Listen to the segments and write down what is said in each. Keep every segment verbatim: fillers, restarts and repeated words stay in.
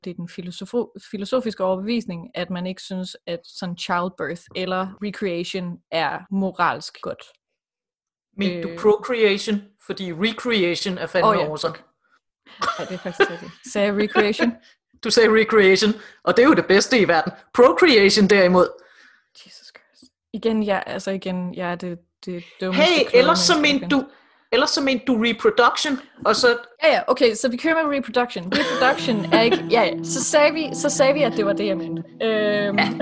det er den filosofo- filosofiske overbevisning, at man ikke synes, at sådan childbirth eller recreation er moralsk godt. Men øh... du procreation, fordi recreation er fandme oh, ja, awesome. Nej, det er faktisk rigtigt. Sagde jeg recreation? Du sagde recreation, og det er jo det bedste i verden. Procreation derimod. Jesus Christ. Igen, ja, altså igen, ja, det, det dummeste. Hey, ellers så mente du, ellers så mente du reproduction, og så... Ja, ja, okay, så vi kører med reproduction. Reproduction er ikke... Ja, ja, så sagde vi, så sagde vi at det var det, jeg mente. Øhm... Ja.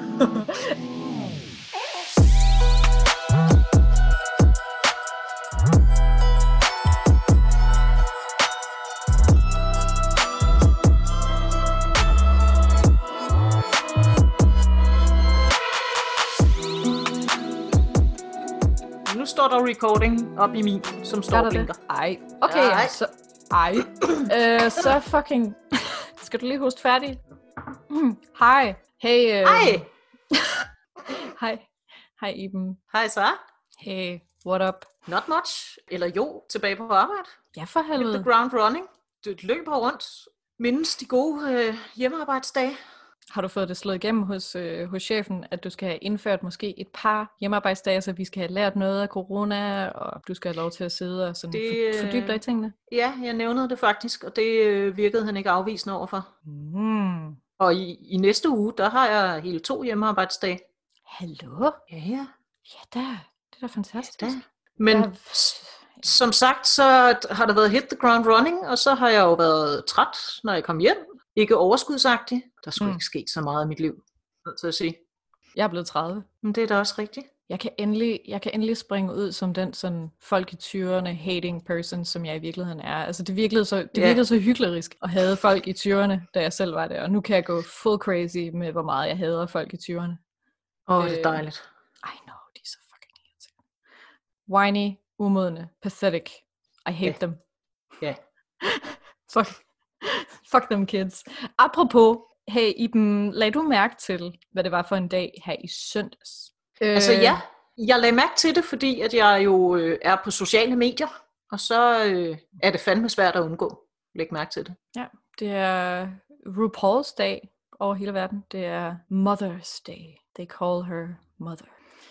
Nu står der recording op i min, som står og blinker. Ej, okay, ej. Så, ej. øh, så fucking... Skal du lige hoste færdig? Mm. Hej. Hey. Øh... Hej. Hej. Hej, Iben. Hej, Sara. Hey, what up? Not much. Eller jo, tilbage på arbejde. Ja, for helvede. Hit the ground running. Du løber rundt. Mindes de gode øh, hjemmearbejdsdage. Har du fået det slået igennem hos, øh, hos chefen, at du skal have indført måske et par hjemmearbejdsdage, så vi skal have lært noget af corona, og du skal have lov til at sidde og sådan det, for, fordybe dig i tingene? Ja, jeg nævnede det faktisk, og det øh, virkede han ikke afvisende overfor. Mm. Og i, i næste uge, der har jeg hele to hjemmearbejdsdage. Hallo? Ja, ja. Ja da, det er da fantastisk. Ja, da. Men ja. Som sagt, så har der været hit the ground running, og så har jeg jo været træt, når jeg kom hjem. Ikke overskudsagtig. Der skulle mm. ikke ske så meget i mit liv, så at sige. Jeg er blevet tredive. Men det er da også rigtigt. Jeg kan endelig, jeg kan endelig springe ud som den sådan folk i tyverne hating person, som jeg i virkeligheden er. Altså det virkede så, det yeah. virkede så hyklerisk at have folk i tyverne, da jeg selv var der. Og nu kan jeg gå full crazy med, hvor meget jeg hader folk i tyverne. Åh, oh, det er dejligt. I know, de er så fucking irriterende. Whiny, umodne, pathetic. I hate yeah. them. Ja. Yeah. Fuck. Fuck them kids. Apropos, hey Iben, lagde du mærke til, hvad det var for en dag her i søndags? Altså ja, jeg lagde mærke til det, fordi at jeg jo øh, er på sociale medier, og så øh, er det fandme svært at undgå. Læg mærke til det. Ja, det er RuPaul's dag over hele verden. Det er Mother's Day. They call her mother.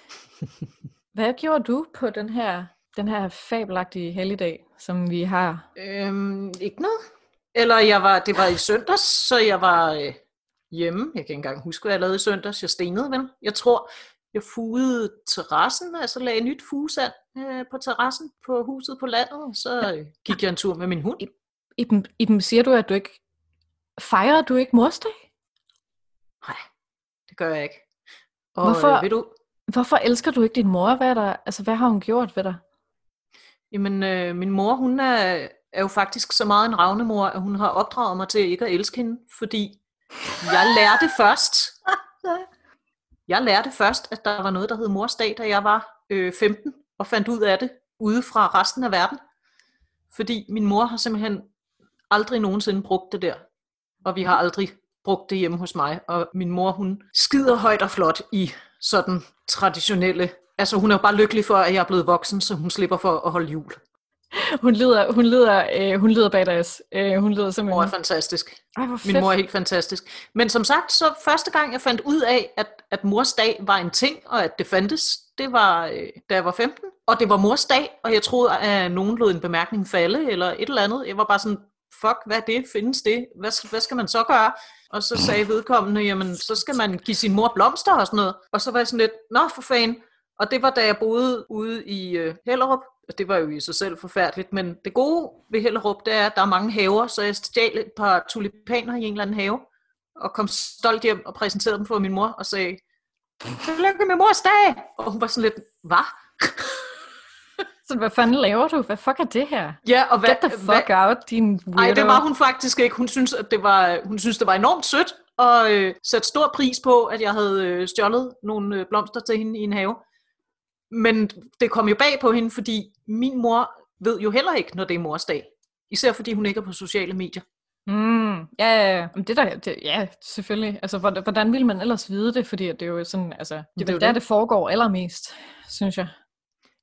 Hvad gjorde du på den her, den her fabelagtige helligdag, som vi har? Øhm, ikke noget. Eller jeg var, det var i søndags, så jeg var øh, hjemme. Jeg kan ikke engang huske, hvad jeg lavede i søndags. Jeg stenede vel. Jeg tror, jeg fugede terrassen, altså lagde nyt fugesand øh, på terrassen på huset på landet. Og så øh, gik jeg en tur med min hund. Iben, Iben, siger du, at du ikke... Fejrer du ikke morsdag? Nej, det gør jeg ikke. Og, hvorfor, øh, ved du, hvorfor elsker du ikke din mor? Hvad, er der, altså, hvad har hun gjort ved dig? Jamen, øh, min mor, hun er... er jo faktisk så meget en ravnemor, at hun har opdraget mig til ikke at elske hende, fordi jeg lærte først, jeg lærte først, at der var noget, der hed morsdag, da jeg var øh, femten, og fandt ud af det ude fra resten af verden. Fordi min mor har simpelthen aldrig nogensinde brugt det der, og vi har aldrig brugt det hjemme hos mig, og min mor, hun skider højt og flot i sådan traditionelle, altså hun er jo bare lykkelig for, at jeg er blevet voksen, så hun slipper for at holde jul. Hun lider, hun lider, øh, hun lider badass. Øh, hun lider simpelthen. Mor er fantastisk. Ej, min mor er helt fantastisk. Men som sagt, så første gang jeg fandt ud af, at, at mors dag var en ting, og at det fandtes, det var, øh, da jeg var femten. Og det var mors dag, og jeg troede, at nogen lod en bemærkning falde, eller et eller andet. Jeg var bare sådan, fuck, hvad er det? Findes det? Hvad, hvad skal man så gøre? Og så sagde vedkommende, jamen, så skal man give sin mor blomster og sådan noget. Og så var jeg sådan lidt, nå for fanden. Og det var, da jeg boede ude i øh, Hellerup. Det var jo i sig selv forfærdeligt, men det gode ved Hellerup, det er, at der er mange haver, så jeg stjal et par tulipaner i en eller anden have, og kom stolt hjem og præsenterede dem for min mor, og sagde, tillykke med mors dag! Og hun var sådan lidt, hvad? Så hvad fanden laver du? Hvad fuck er det her? Ja, og hvad, Get the fuck hvad, out, din weirdo. Nej, det var hun faktisk ikke. Hun synes, at det var, hun synes, det var enormt sødt, og øh, satte stor pris på, at jeg havde øh, stjålet nogle øh, blomster til hende i en have. Men det kom jo bag på hende, fordi min mor ved jo heller ikke, når det er mors dag. Især fordi hun ikke er på sociale medier. Mm, ja, ja, ja. Det der, det, ja, selvfølgelig. Altså, hvordan ville man ellers vide det? Fordi det er jo sådan, altså, det er vel der, det foregår allermest, synes jeg.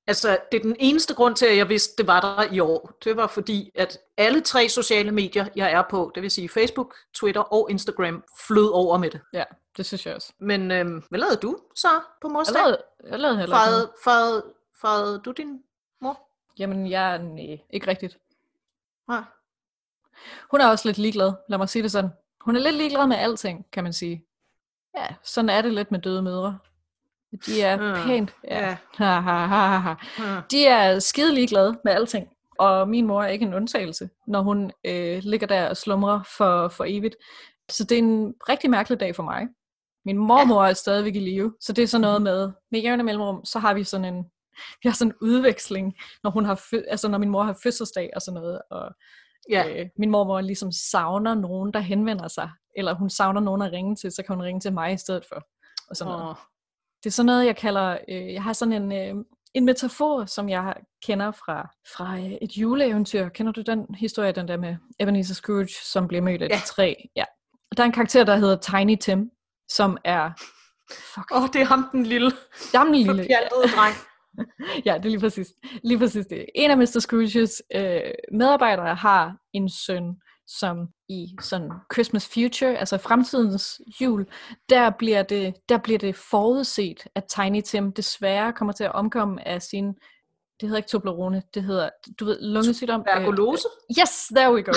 Altså, det er den eneste grund til, at jeg vidste, det var der i år. Det var fordi, at alle tre sociale medier, jeg er på, det vil sige Facebook, Twitter og Instagram, flød over med det. Ja, det synes jeg også. Men øhm, hvad lavede du så på mors dag? Jeg lavede, jeg lavede heller Fejrede, ikke fejrede, fejrede du din mor? Jamen, jeg er nej, ikke rigtigt. Nej. Hun er også lidt ligeglad, lad mig sige det sådan. Hun er lidt ligeglad med alting, kan man sige. Ja, sådan er det lidt med døde mødre. De er Ja, pænt. Ja. ja. Ha, ha, ha, ha. Ja. De er skide ligeglade med alting. Og min mor er ikke en undtagelse, når hun øh, ligger der og slumrer for, for evigt. Så det er en rigtig mærkelig dag for mig. Min mormor er stadigvæk i live, så det er sådan noget med, med jævne mellemrum, så har vi sådan en, vi har sådan en udveksling, når, hun har fø- altså, når min mor har fødselsdag og sådan noget. Og Ja. øh, min mormor ligesom savner nogen, der henvender sig. Eller hun savner nogen at ringe til, så kan hun ringe til mig i stedet for. Og sådan noget. Åh. Det er sådan noget, jeg kalder, øh, jeg har sådan en, øh, en metafor, som jeg kender fra, fra øh, et juleeventyr. Kender du den historie, den der med Ebenezer Scrooge, som bliver mødt af Ja. de tre? Ja. Der er en karakter, der hedder Tiny Tim, som er... Fuck. Åh, oh, det er ham den lille, Jamen, lille. forpjaltede dreng. Ja, det er lige præcis. Lige præcis det. En af mister Scrooges øh, medarbejdere har en søn, som i sådan Christmas Future, altså fremtidens jul, der bliver det, der bliver det forudset, at Tiny Tim desværre kommer til at omkomme af sin, det hedder ikke Toblerone, det hedder, du ved, lungesygdom. Tuberkulose? Øh, yes, there we go.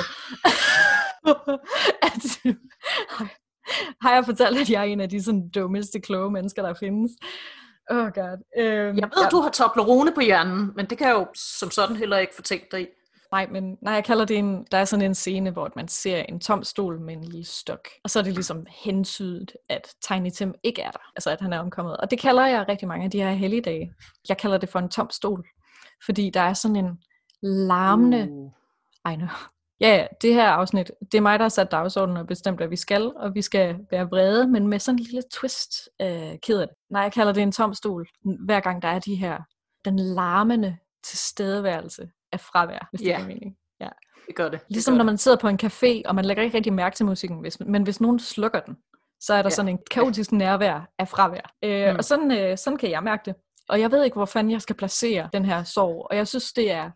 at, har jeg fortalt, at jeg er en af de sådan dummeste, kloge mennesker, der findes? Oh god. Øhm, Jeg ved, ja. du har Toblerone på hjernen, men det kan jeg jo som sådan heller ikke få tænkt dig i. Nej, men nej, jeg kalder det en, der er sådan en scene, hvor man ser en tom stol med en lille stok. Og så er det ligesom hensydet, at Tiny Tim ikke er der. Altså, at han er omkommet. Og det kalder jeg rigtig mange af de her helligdage. Jeg kalder det for en tom stol. Fordi der er sådan en larmende... Uh. Ej, no. Ja, ja, det her afsnit, det er mig, der har sat dagsordenen og bestemt, hvad vi skal. Og vi skal være vrede, men med sådan en lille twist øh, ked af det. Nej, jeg kalder det en tom stol. Hver gang der er de her, den larmende tilstedeværelse af fravær, hvis Ja. det er mening. Ja. Det gør det. Ligesom det når gør man sidder på en café, og man lægger ikke rigtig mærke til musikken, hvis, men hvis nogen slukker den, så er der Ja. sådan en kaotisk nærvær af fravær. Øh, Mm. Og sådan, øh, sådan kan jeg mærke det. Og jeg ved ikke, hvor fanden jeg skal placere den her sorg. Og jeg synes, det er...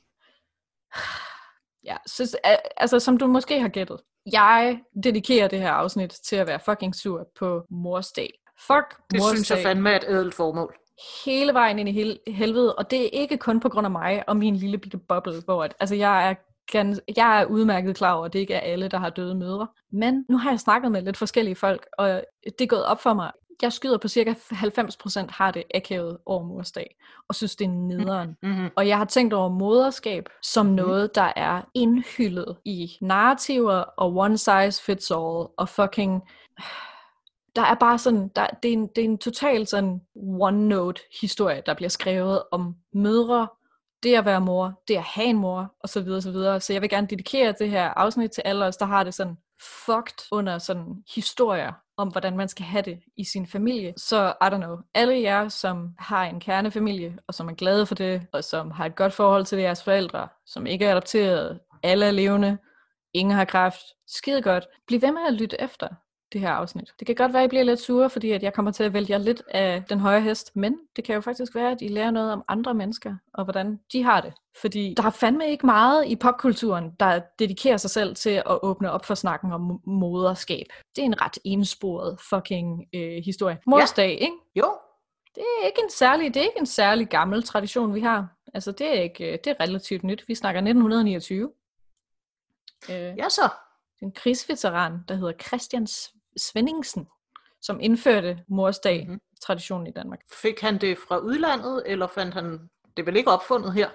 Ja, synes, altså som du måske har gættet. Jeg dedikerer det her afsnit til at være fucking sur på mors dag. Fuck Det mors synes jeg dag. fandme er et ædelt formål. Hele vejen ind i hel- helvede, og det er ikke kun på grund af mig og min lille bitte boble, hvor at, altså jeg er, gans- jeg er udmærket klar over, at det ikke er alle, der har døde mødre. Men nu har jeg snakket med lidt forskellige folk, og det er gået op for mig. Jeg skyder på cirka halvfems procent har det akavet over mors dag, og synes, det er nederen. Mm-hmm. Og jeg har tænkt over moderskab som noget, der er indhyllet i narrativer og one size fits all, og fucking... Der er bare sådan, der, det, er en, det er en total sådan one-note historie, der bliver skrevet om mødre, det at være mor, det at have en mor, og så videre, så videre. Så jeg vil gerne dedikere det her afsnit til alle os, der har det sådan fucked under sådan historier om, hvordan man skal have det i sin familie. Så, I don't know, alle jer, som har en kernefamilie, og som er glade for det, og som har et godt forhold til jeres forældre, som ikke er adopteret, alle er levende, ingen har kræft, skide godt. Bliv ved med at lytte efter det her afsnit. Det kan godt være, at I bliver lidt sure, fordi at jeg kommer til at vælge jer lidt af den høje hest, men det kan jo faktisk være, at I lærer noget om andre mennesker, og hvordan de har det. Fordi der er fandme ikke meget i popkulturen, der dedikerer sig selv til at åbne op for snakken om moderskab. Det er en ret ensporet fucking øh, historie. Morsdag, ikke? Jo. Det er ikke en særlig, det er ikke en særlig gammel tradition, vi har. Altså, det er ikke, det er relativt nyt. Vi snakker nitten niogtyve. Øh, Ja så. en krigsveteran, der hedder Christian Svenningsen, som indførte morsdag-traditionen i Danmark. Fik han det fra udlandet, eller fandt han det vel ikke opfundet her?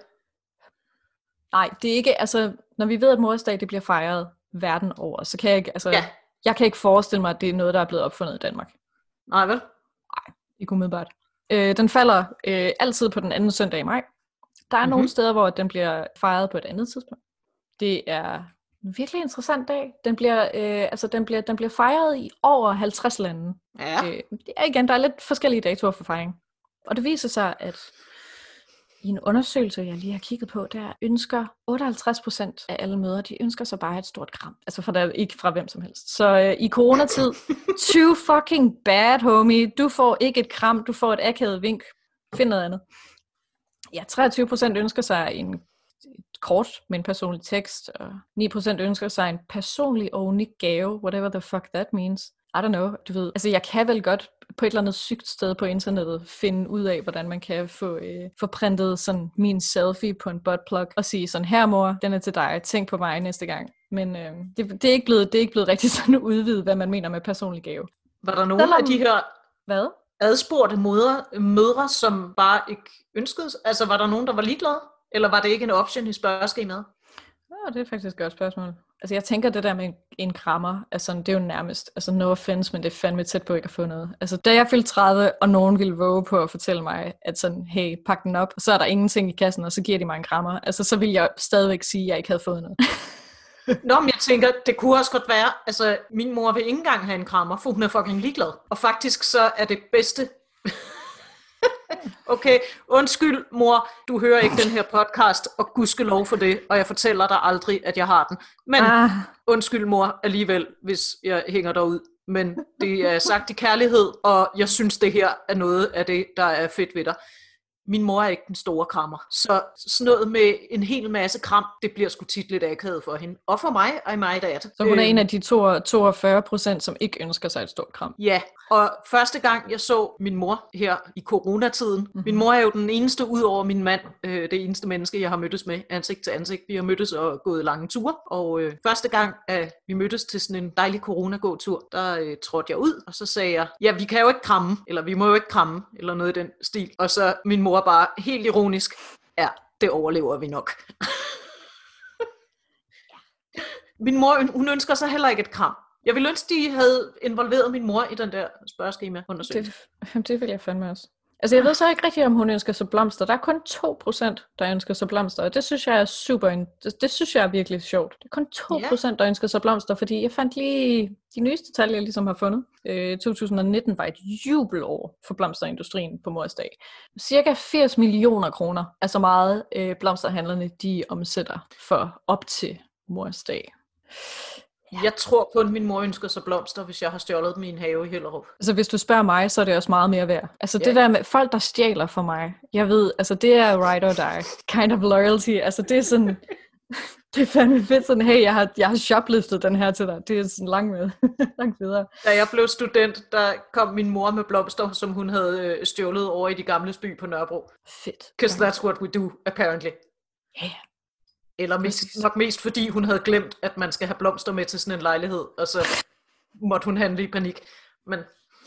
Nej, det er ikke, altså, når vi ved, at morsdag det bliver fejret verden over, så kan jeg ikke, altså, Ja. jeg kan ikke forestille mig, at det er noget, der er blevet opfundet i Danmark. Nej vel? Ikke umiddelbart. Øh, den falder øh, altid på den anden søndag i maj. Der er mm-hmm. nogle steder, hvor den bliver fejret på et andet tidspunkt. Det er en virkelig interessant dag. Den bliver, øh, altså, den bliver, den bliver fejret i over halvtreds lande. Ja. Øh, det er igen, der er lidt forskellige datoer for fejring. Og det viser sig, at i en undersøgelse, jeg lige har kigget på, der ønsker otteoghalvtreds procent af alle mødre, de ønsker sig bare et stort kram. Altså for der, ikke fra hvem som helst. Så øh, i coronatid, too fucking bad, homie. Du får ikke et kram, du får et akavet vink. Find noget andet. Ja, treogtyve procent ønsker sig en et kort med en personlig tekst, og ni procent ønsker sig en personlig og unik gave, whatever the fuck that means. I don't know, du ved. Altså, jeg kan vel godt på et eller andet sygt sted på internettet finde ud af, hvordan man kan få, øh, få printet sådan min selfie på en buttplug og sige sådan, her mor, den er til dig, tænk på mig næste gang. Men øh, det, det, er ikke blevet, det er ikke blevet rigtig sådan udvidet, hvad man mener med personlig gave. Var der nogen Selvom... af de her hvad? adspurgte mødre, mødre, som bare ikke ønskede? Altså, var der nogen, der var ligeglade? Eller var det ikke en option i spørgeskemaet? Ja, det er faktisk et godt spørgsmål. Altså, jeg tænker, det der med en, en krammer, altså, det er jo nærmest, altså no offense, men det er fandme tæt på ikke at få noget. Altså, da jeg fyldte tredive, og nogen ville våge på at fortælle mig, at sådan, hey, pak den op, og så er der ingenting i kassen, og så giver de mig en krammer. Altså, så ville jeg stadigvæk sige, at jeg ikke havde fået noget. Nå, men jeg tænker, det kunne også godt være, altså, min mor vil ikke engang have en krammer, for hun er fucking ligeglad. Og faktisk så er det bedste... Okay, undskyld mor, du hører ikke den her podcast, og gudskelov for det, og jeg fortæller dig aldrig, at jeg har den. Men ah. undskyld mor alligevel, hvis jeg hænger derud. Men det er sagt i kærlighed, og jeg synes, det her er noget af det, der er fedt ved dig. Min mor er ikke den store krammer, så sådan noget med en hel masse kram, det bliver sgu tit lidt akavet for hende. Og for mig, I might add. Så hun er øh, en af de toogfyrre procent, som ikke ønsker sig et stort kram. Ja, og første gang jeg så min mor her i coronatiden, mm-hmm. min mor er jo den eneste ud over min mand, øh, det eneste menneske, jeg har mødtes med ansigt til ansigt. Vi har mødtes og gået lange ture, og øh, første gang, at vi mødtes til sådan en dejlig coronagåtur, der øh, trådte jeg ud, og så sagde jeg, ja, vi kan jo ikke kramme, eller vi må jo ikke kramme, eller noget i den stil. Og så min mor bare helt ironisk, ja, det overlever vi nok. Min mor, hun ønsker sig heller ikke et kram. Jeg ville ønske, de havde involveret min mor i den der spørgeskema-undersøgelse. Det, det vil jeg fandme også. Altså, jeg ved så ikke rigtigt, om hun ønsker sig blomster. Der er kun to procent, der ønsker sig blomster, og det synes jeg er super, det, det synes jeg er virkelig sjovt. Det er kun to procent, der ønsker sig blomster, fordi jeg fandt lige de nyeste tal, jeg ligesom har fundet. Øh, to tusind nitten var et jubelår for blomsterindustrien på Mors Dag. Cirka firs millioner kroner er så meget øh, blomsterhandlerne, de omsætter for op til Mors Dag. Ja. Jeg tror kun, min mor ønsker sig blomster, hvis jeg har stjålet dem i en have i Hellerup. Altså, hvis du spørger mig, så er det også meget mere værd. Altså, yeah. det der med folk, der stjæler for mig, jeg ved, altså, det er ride or die. Kind of loyalty. Altså, det er sådan, det er fandme fedt sådan, hey, jeg har, jeg har shopliftet den her til dig. Det er sådan langt med, langt videre. Da jeg blev student, der kom min mor med blomster, som hun havde stjålet over i de gamle by på Nørrebro. Fedt. Because that's what we do, apparently. Ja, yeah. Eller mest, nok mest fordi hun havde glemt, at man skal have blomster med til sådan en lejlighed, og så måtte hun handle i panik. Men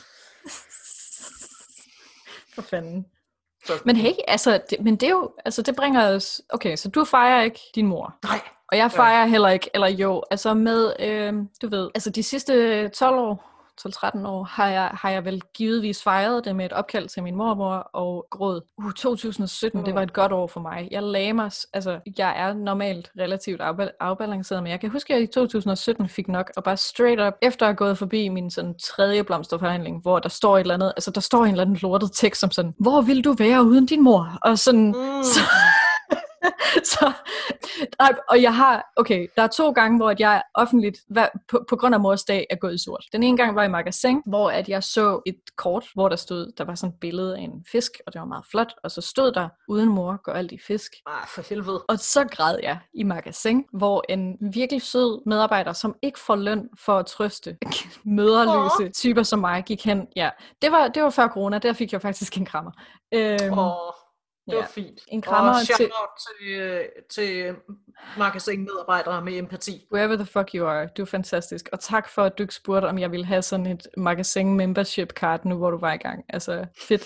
for fanden. Så. Men hey, altså, det, men det er jo, altså det bringer os, okay, så du fejrer ikke din mor. Nej. Og jeg fejrer heller ikke, eller jo, altså med, øh, du ved, altså de sidste tolv år, tolv tretten år, har jeg, har jeg vel givetvis fejret det med et opkald til min mormor og gråd. Uh, to tusind sytten, mm. det var et godt år for mig. Jeg lagde mig, altså jeg er normalt relativt afba- afbalanceret, men jeg kan huske, at jeg i to tusind sytten fik nok, og bare straight up, efter at have gået forbi min sådan tredje blomsterforhandling, hvor der står et eller andet, altså der står en eller anden lortet tekst som sådan, hvor vil du være uden din mor? Og sådan, mm. så... så, og jeg har, okay, der er to gange, hvor jeg offentligt, på, på grund af Mors Dag, er gået i sort. Den ene gang var i Magasin, hvor at jeg så et kort, hvor der stod, der var sådan et billede af en fisk, og det var meget flot, og så stod der, uden mor går alt i fisk. Ah, for helvede. Og så græd jeg i Magasin, hvor en virkelig sød medarbejder, som ikke får løn for at trøste møderløse oh. typer som mig, gik hen. Ja, det var, det var før corona, der fik jeg faktisk en krammer. Øhm, oh. Det var ja, fint. En krammer og shout til... out til, til magasinmedarbejdere med empati. Wherever the fuck you are, du er fantastisk. Og tak for, at du ikke spurgte, om jeg ville have sådan et magasin membership card nu, hvor du var i gang. Altså, fedt.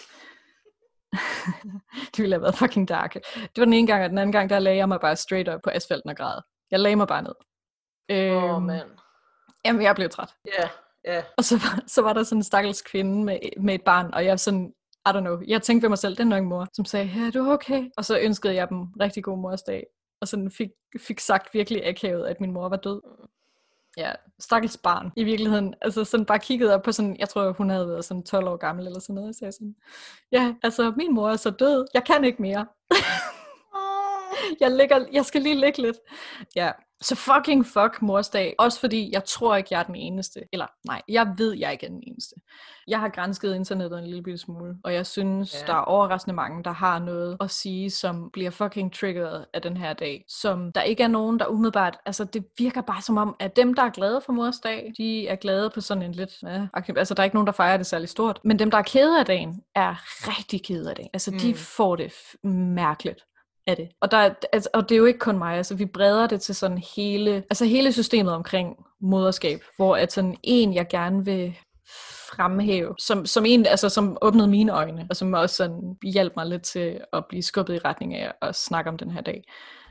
Det ville have været fucking dark. Det var den ene gang, og den anden gang, der lagde jeg mig bare straight up på asfalten og græd. Jeg lagde mig bare ned. Åh, oh, man. Jamen, jeg blev træt. Ja, yeah, ja. Yeah. Og så var, så var der sådan en stakkels kvinde med, med et barn, og jeg sådan... I don't know. Jeg tænkte ved mig selv, det er nok mor, som sagde, ja, du er okay. Og så ønskede jeg dem rigtig god Mors Dag. Og sådan fik, fik sagt virkelig akavet, at min mor var død. Ja, stakkels barn i virkeligheden. Altså sådan bare kiggede op på sådan, jeg tror hun havde været sådan tolv år gammel eller sådan noget. Og sagde sådan, ja, altså min mor er så død. Jeg kan ikke mere. jeg, ligger, jeg skal lige ligge lidt. Ja. Så fucking fuck morsdag. Også fordi, jeg tror ikke, jeg er den eneste. Eller nej, jeg ved, jeg ikke er den eneste. Jeg har gransket internettet en lille smule, og jeg synes, ja. Der er overraskende mange, der har noget at sige, som bliver fucking triggeret af den her dag. Som der ikke er nogen, der umiddelbart... Altså, det virker bare som om, at dem, der er glade for morsdag, de er glade på sådan en lidt... Ja, altså, der er ikke nogen, der fejrer det særlig stort. Men dem, der er kede af dagen, er rigtig kede af dagen. Altså, mm. de får det f- mærkeligt af det. Og, der, altså, og det er jo ikke kun mig, altså vi breder det til sådan hele, altså hele systemet omkring moderskab, hvor at sådan en, jeg gerne vil fremhæve, som, som en, altså som åbnede mine øjne, og som også sådan hjalp mig lidt til at blive skubbet i retning af at snakke om den her dag,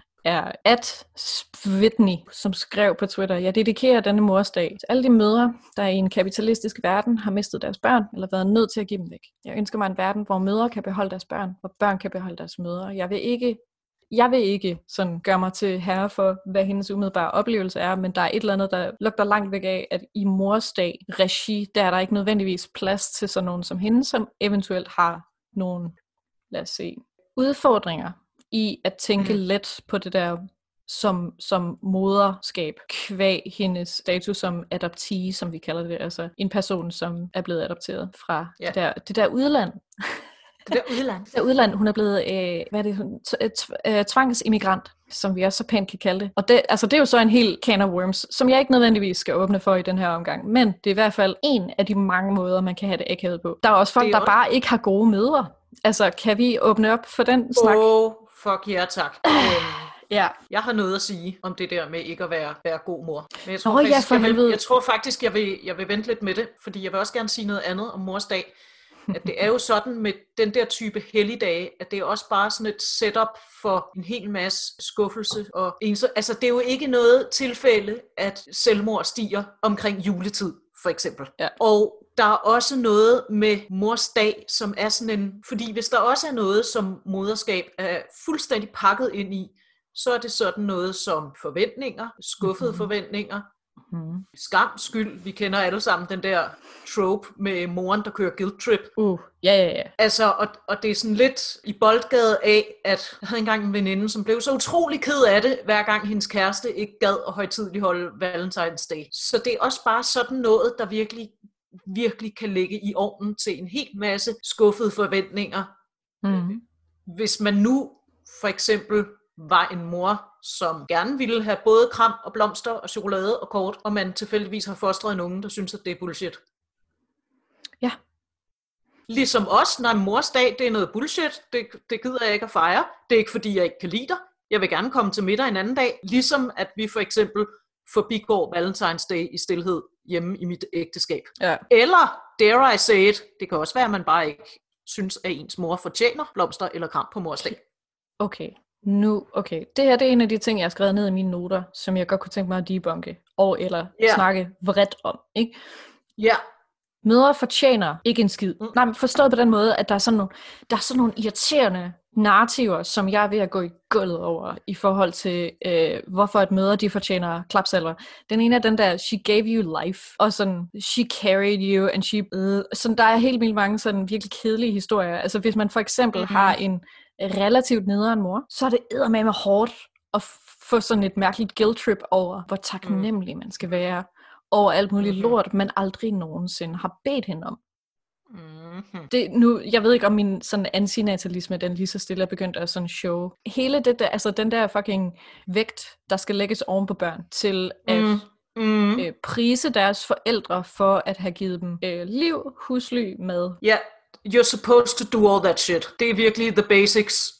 er at Whitney, som skrev på Twitter, jeg dedikerer denne morsdag til alle de mødre, der i en kapitalistisk verden har mistet deres børn, eller været nødt til at give dem væk. Jeg ønsker mig en verden, hvor mødre kan beholde deres børn, hvor børn kan beholde deres mødre. Jeg vil ikke, jeg vil ikke sådan gøre mig til herre for, hvad hendes umiddelbare oplevelse er, men der er et eller andet, der lugter langt væk af, at i morsdag regi, der er der ikke nødvendigvis plads til sådan nogen som hende, som eventuelt har nogle, lad os se, udfordringer i at tænke mm. let på det der som, som moderskab, kvæg hendes status som adoptee, som vi kalder det, altså en person, som er blevet adopteret fra ja. det, der, det der udland. Det der udland. det der udland, hun er blevet, øh, hvad er det, t- t- t- tvangsimmigrant, som vi også så pænt kan kalde det. Og det, altså det er jo så en hel can of worms, som jeg ikke nødvendigvis skal åbne for i den her omgang, men det er i hvert fald en af de mange måder, man kan have det akavet på. Der er også folk, er der også... bare ikke har gode mødre. Altså, kan vi åbne op for den snak? Oh, fuck ja, tak. Um, ja. Jeg har noget at sige om det der med ikke at være, være god mor. Men jeg tror, Nå, faktisk, ja, jeg, vil, jeg tror faktisk, jeg vil, jeg vil vente lidt med det, fordi jeg vil også gerne sige noget andet om morsdag. At det er jo sådan med den der type helligdage, at det er også bare sådan et setup for en hel masse skuffelse. Og enso- altså, det er jo ikke noget tilfælde, at selvmord stiger omkring juletid, for eksempel. Ja. Og der er også noget med morsdag, som er sådan en... Fordi hvis der også er noget, som moderskab er fuldstændig pakket ind i, så er det sådan noget som forventninger, skuffede mm-hmm. forventninger, mm-hmm. skam, skyld. Vi kender alle sammen den der trope med moren, der kører guilt trip. Uh, ja, ja, ja. Altså, og, og det er sådan lidt i boldgade af, at jeg havde engang en veninde, som blev så utrolig ked af det, hver gang hendes kæreste ikke gad at højtideligt holde Valentine's Day. Så det er også bare sådan noget, der virkelig, virkelig kan ligge i ovnen til en hel masse skuffede forventninger. Mm. Hvis man nu for eksempel var en mor, som gerne ville have både kram og blomster og chokolade og kort, og man tilfældigvis har fostret en unge, der synes, at det er bullshit. Ja. Ligesom os, når morsdag, det er noget bullshit, det, det gider jeg ikke at fejre. Det er ikke fordi, jeg ikke kan lide dig. Jeg vil gerne komme til middag en anden dag. Ligesom at vi for eksempel forbigår Valentine's Day i stilhed hjemme i mit ægteskab. Ja. Eller, dare I say it, det kan også være, at man bare ikke synes, at ens mor fortjener blomster eller kram på morsdag. Okay. Nu, okay. Det her det er en af de ting, jeg har skrevet ned i mine noter, som jeg godt kunne tænke mig at debunke, og eller yeah. snakke vredt om, ikke? Ja. Yeah. Mødre fortjener ikke en skid. Mm. Nej, men forstået på den måde, at der er sådan nogle, der er sådan nogle irriterende narrativer, som jeg er ved at gå i gulvet over, i forhold til, øh, hvorfor at mødre, de fortjener klapsalver. Den ene er den der, she gave you life, og sådan, she carried you, and she... Øh, sådan, der er helt vildt mange sådan virkelig kedelige historier. Altså, hvis man for eksempel mm-hmm. har en relativt nederen mor, så er det eddermame hårdt at få sådan et mærkeligt guilt trip over, hvor taknemmelig man skal være over alt muligt mm-hmm. lort, man aldrig nogensinde har bedt hende om. Mm-hmm. Det, nu, jeg ved ikke, om min sådan antinatalisme, den lige så stille er begyndt at sådan show. Hele det der, altså den der fucking vægt, der skal lægges oven på børn, til at mm. øh, prise deres forældre for at have givet dem øh, liv, husly, mad. Ja, yeah, you're supposed to do all that shit. Det er virkelig the basics.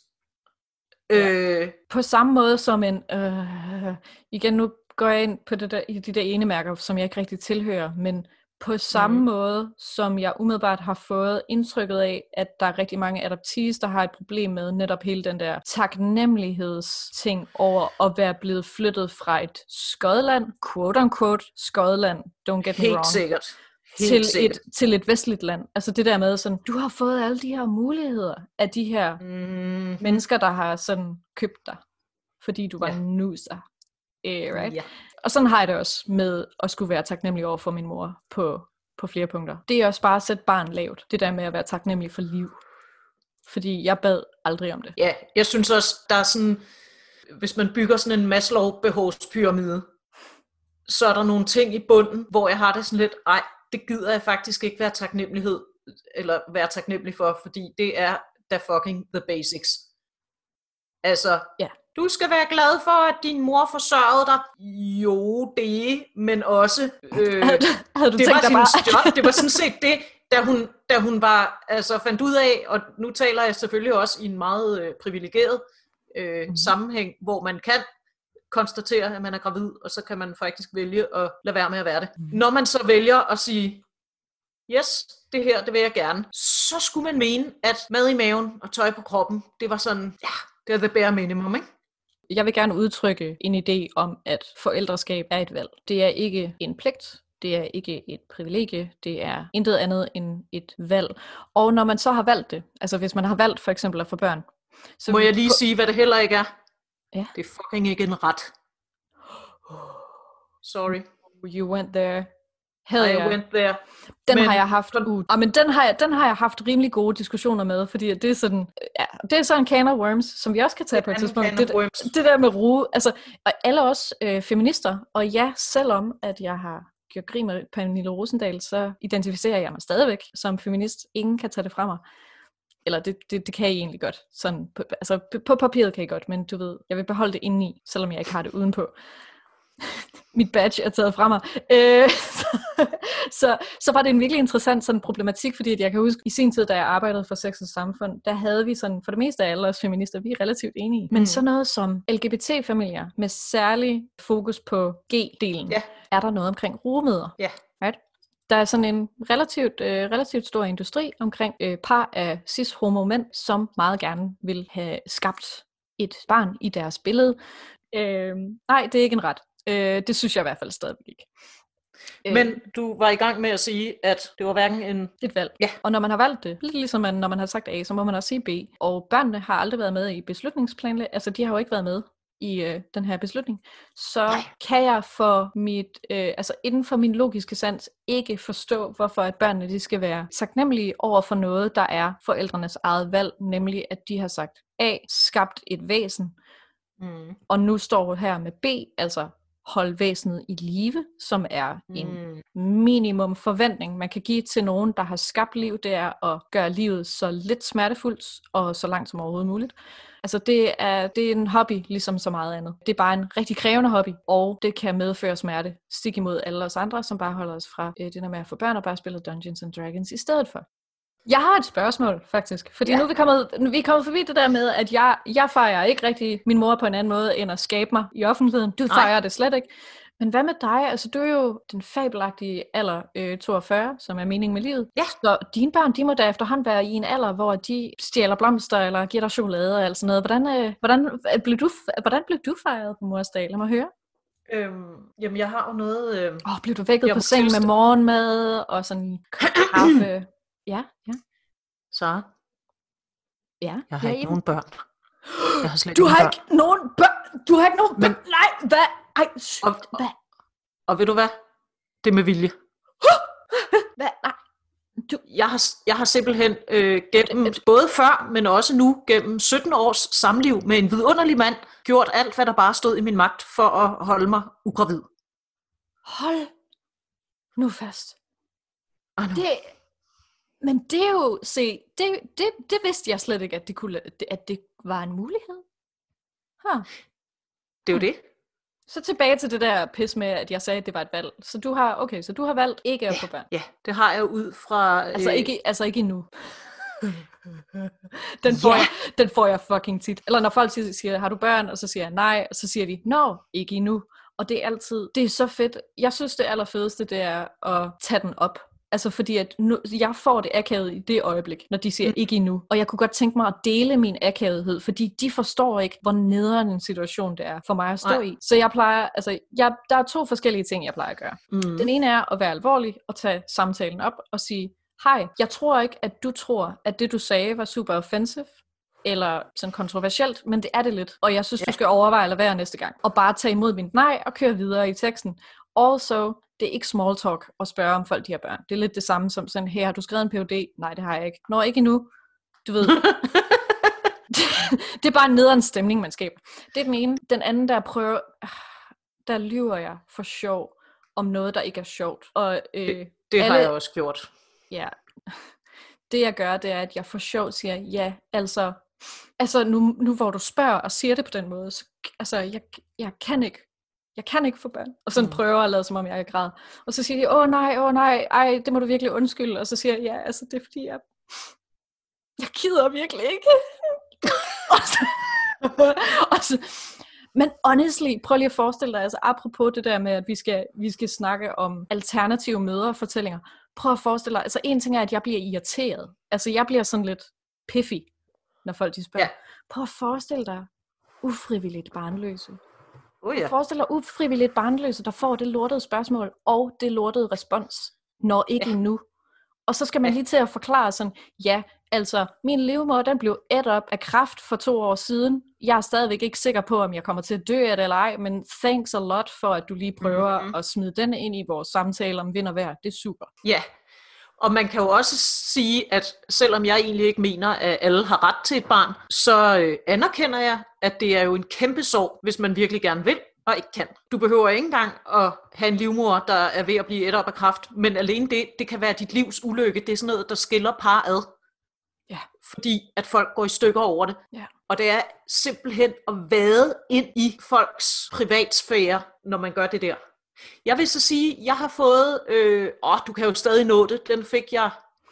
Ja. Øh. På samme måde som en, øh, igen nu går jeg ind på det der, i de der ene mærker, som jeg ikke rigtig tilhører, men på samme mm. måde, som jeg umiddelbart har fået indtrykket af, at der er rigtig mange adoptees, der har et problem med netop hele den der taknemmelighedsting over at være blevet flyttet fra et skodland, quote unquote skodland, don't get me Helt wrong, sikkert. Helt til, sikkert. Et, til et vestligt land. Altså det der med sådan, du har fået alle de her muligheder af de her mm. mennesker, der har sådan købt dig, fordi du var ja. en nuser. Uh, right? Ja. Og sådan har jeg det også med at skulle være taknemmelig over for min mor på, på flere punkter. Det er også bare at sætte barn lavt. Det der med at være taknemmelig for liv. Fordi jeg bad aldrig om det. Ja, jeg synes også, der er sådan... hvis man bygger sådan en Maslow-behovspyramide, så er der nogle ting i bunden, hvor jeg har det sådan lidt, ej, det gider jeg faktisk ikke være taknemmelighed, eller være taknemmelig for, fordi det er da fucking the basics. Altså, ja. Du skal være glad for, at din mor forsørgede dig. Jo, det, men også, øh, havde du det tænkt var bare... hendes job, det var sådan set det, da hun, da hun var, altså fandt ud af, og nu taler jeg selvfølgelig også i en meget øh, privilegeret øh, mm. sammenhæng, hvor man kan konstatere, at man er gravid, og så kan man faktisk vælge at lade være med at være det. Mm. Når man så vælger at sige, yes, det her, det vil jeg gerne, så skulle man mene, at mad i maven og tøj på kroppen, det var sådan, ja, det er the bare minimum, ikke? Jeg vil gerne udtrykke en idé om, at forældreskab er et valg. Det er ikke en pligt, det er ikke et privilegie, det er intet andet end et valg. Og når man så har valgt det, altså hvis man har valgt for eksempel at få børn. Så må jeg lige på... sige, hvad det heller ikke er? Ja. Det er fucking ikke en ret. Sorry. You went there. Havde I jeg. went there. Den men... har jeg haft. Uh, ah, men den har jeg, den har jeg haft rimelig gode diskussioner med, fordi det er sådan, ja, det er sådan en can of worms, som vi også kan tage på et tidspunkt. Det, det der med ruge, altså, og alle os øh, feminister, og ja, selvom at jeg har gjort grin med Pernille Rosendahl, så identificerer jeg mig stadigvæk som feminist. Ingen kan tage det fra mig. Eller det, det, det kan I egentlig godt. Sådan, på, altså på papiret kan I godt, men du ved, jeg vil beholde det indeni, selvom jeg ikke har det udenpå. Mit badge er taget fra mig. Øh, så, så, så var det en virkelig interessant sådan problematik, fordi jeg kan huske, i sin tid, da jeg arbejdede for Sex og Samfund, der havde vi sådan, for det meste af alle os feminister, vi er relativt enige. Men mm. sådan noget som L G B T-familier, med særlig fokus på G-delen, yeah. er der noget omkring rugemødre. Yeah. Right? Der er sådan en relativt, øh, relativt stor industri omkring øh, par af cis-homo-mænd, som meget gerne vil have skabt et barn i deres billede. Øh, nej, det er ikke en ret. Øh, det synes jeg i hvert fald stadigvæk ikke. Men øh, du var i gang med at sige, at det var hverken en... et valg. Ja. Og når man har valgt det, lidt ligesom man, når man har sagt A, så må man også sige B. Og børnene har aldrig været med i beslutningsplanen. Altså, de har jo ikke været med i øh, den her beslutning. Så Nej. kan jeg for mit, øh, altså inden for min logiske sans, ikke forstå, hvorfor at børnene de skal være taknemmelige over for noget, der er forældrenes eget valg, nemlig at de har sagt A, skabt et væsen, mm. og nu står her med B, altså holde væsenet i live, som er mm. en minimum forventning, man kan give til nogen, der har skabt liv, det er at gøre livet så lidt smertefuldt, og så langt som overhovedet muligt. Altså det er, det er en hobby, ligesom så meget andet. Det er bare en rigtig krævende hobby, og det kan medføre smerte, stik imod alle os andre, som bare holder os fra øh, det der med at få børn og bare spille Dungeons and Dragons i stedet for. Jeg har et spørgsmål, faktisk. Fordi ja. nu er vi kommet, vi er kommet forbi det der med, at jeg, jeg fejrer ikke rigtig min mor på en anden måde, end at skabe mig i offentligheden. Du fejrer det slet ikke. Men hvad med dig? Altså, du er jo den fabelagtige alder øh, toogfyrre, som er meningen med livet. Ja. Så dine børn, de må da efterhånden være i en alder, hvor de stjæler blomster, eller giver dig chokolade, og alt sådan noget. Hvordan, øh, hvordan, blev du, hvordan blev du fejret på mors dag? Lad mig høre. Øhm, jamen, jeg har jo noget... Øh... Åh, blev du vækket på sengen med morgenmad, og sådan kaffe? Ja, ja. Så? Ja. Jeg har ja, ikke nogen børn. Jeg har slet du nogen har børn. ikke nogen børn. Du har ikke nogen børn. Men... Nej, hvad? Ej, sh- og, hvad? Og, og ved du hvad? Det er med vilje. Hvad? Nej. Du... Jeg, har, jeg har simpelthen øh, gennem, både før, men også nu, gennem sytten års samliv med en vidunderlig mand, gjort alt, hvad der bare stod i min magt, for at holde mig ugravid. Hold nu fast. Oh, det... Men det er jo, se, det, det, det vidste jeg slet ikke, at det, kunne, at det var en mulighed. Huh. Det er jo det. Så tilbage til det der pis med, at jeg sagde, at det var et valg. Så du har, okay, så du har valgt ikke at ja, få børn. Ja, det har jeg ud fra... Altså, øh... ikke, altså ikke endnu. den, får ja. jeg, den får jeg fucking tit. Eller når folk siger, har du børn? Og så siger jeg nej, og så siger de, no, ikke endnu. Og det er altid, det er så fedt. Jeg synes, det allerfedeste, det er at tage den op. Altså fordi, at nu, jeg får det akavet i det øjeblik, når de siger mm. ikke endnu. Og jeg kunne godt tænke mig at dele min akavethed, fordi de forstår ikke, hvor nederen en situation det er for mig at stå Nej. i. Så jeg plejer, altså, jeg, der er to forskellige ting, jeg plejer at gøre. Mm. Den ene er at være alvorlig og tage samtalen op og sige, hej, jeg tror ikke, at du tror, at det du sagde var super offensive, eller sådan kontroversielt, men det er det lidt. Og jeg synes, ja. du skal overveje at lade være næste gang. Og bare tage imod mit nej og køre videre i teksten. Also, det er ikke small talk at spørge om folk de har børn. Det er lidt det samme som sådan, her har du skrevet en P H D? Nej, det har jeg ikke. Nå, ikke endnu. Du ved. det er bare en nederen stemning, man skaber. Det er den ene. Den anden, der prøver, der lyver jeg for sjov om noget, der ikke er sjovt. Og, øh, det det alle, har jeg også gjort. Ja. Det jeg gør, det er, at jeg for sjov siger, ja, altså, altså nu, nu hvor du spørger og siger det på den måde, så, altså, jeg, jeg kan ikke, jeg kan ikke få børn. Og sådan mm. prøver at lade, som om jeg er græd. Og så siger de, åh nej, åh nej, ej, det må du virkelig undskylde. Og så siger jeg, ja, altså, det er fordi, jeg, jeg gider virkelig ikke. og så, og så, men honestly, prøv lige at forestille dig, altså apropos det der med, at vi skal, vi skal snakke om alternative mødrefortællinger. Prøv at forestille dig, altså en ting er, at jeg bliver irriteret. Altså jeg bliver sådan lidt piffy, når folk de spørger. Ja. Prøv at forestille dig ufrivilligt barnløse. Oh, ja. Forestil dig ufrivilligt barnløse, der får det lortede spørgsmål og det lortede respons, når ikke ja. endnu. Og så skal man ja. lige til at forklare sådan, ja, altså min livmoder, den blev ædt op af kræft for to år siden. Jeg er stadigvæk ikke sikker på, om jeg kommer til at dø af det eller ej, men thanks a lot for, at du lige prøver mm-hmm. at smide den ind i vores samtale om vind og vejr. Det er super. Ja, og man kan jo også sige, at selvom jeg egentlig ikke mener, at alle har ret til et barn, så øh, anerkender jeg, at det er jo en kæmpe sorg, hvis man virkelig gerne vil og ikke kan. Du behøver ikke engang at have en livmoder, der er ved at blive ædt op af kræft, men alene det, det kan være dit livs ulykke. Det er sådan noget, der skiller par ad. Ja. Fordi at folk går i stykker over det. Ja. Og det er simpelthen at vade ind i folks privatsfære, når man gør det der. Jeg vil så sige, jeg har fået, øh, åh, du kan jo stadig nå det, den fik jeg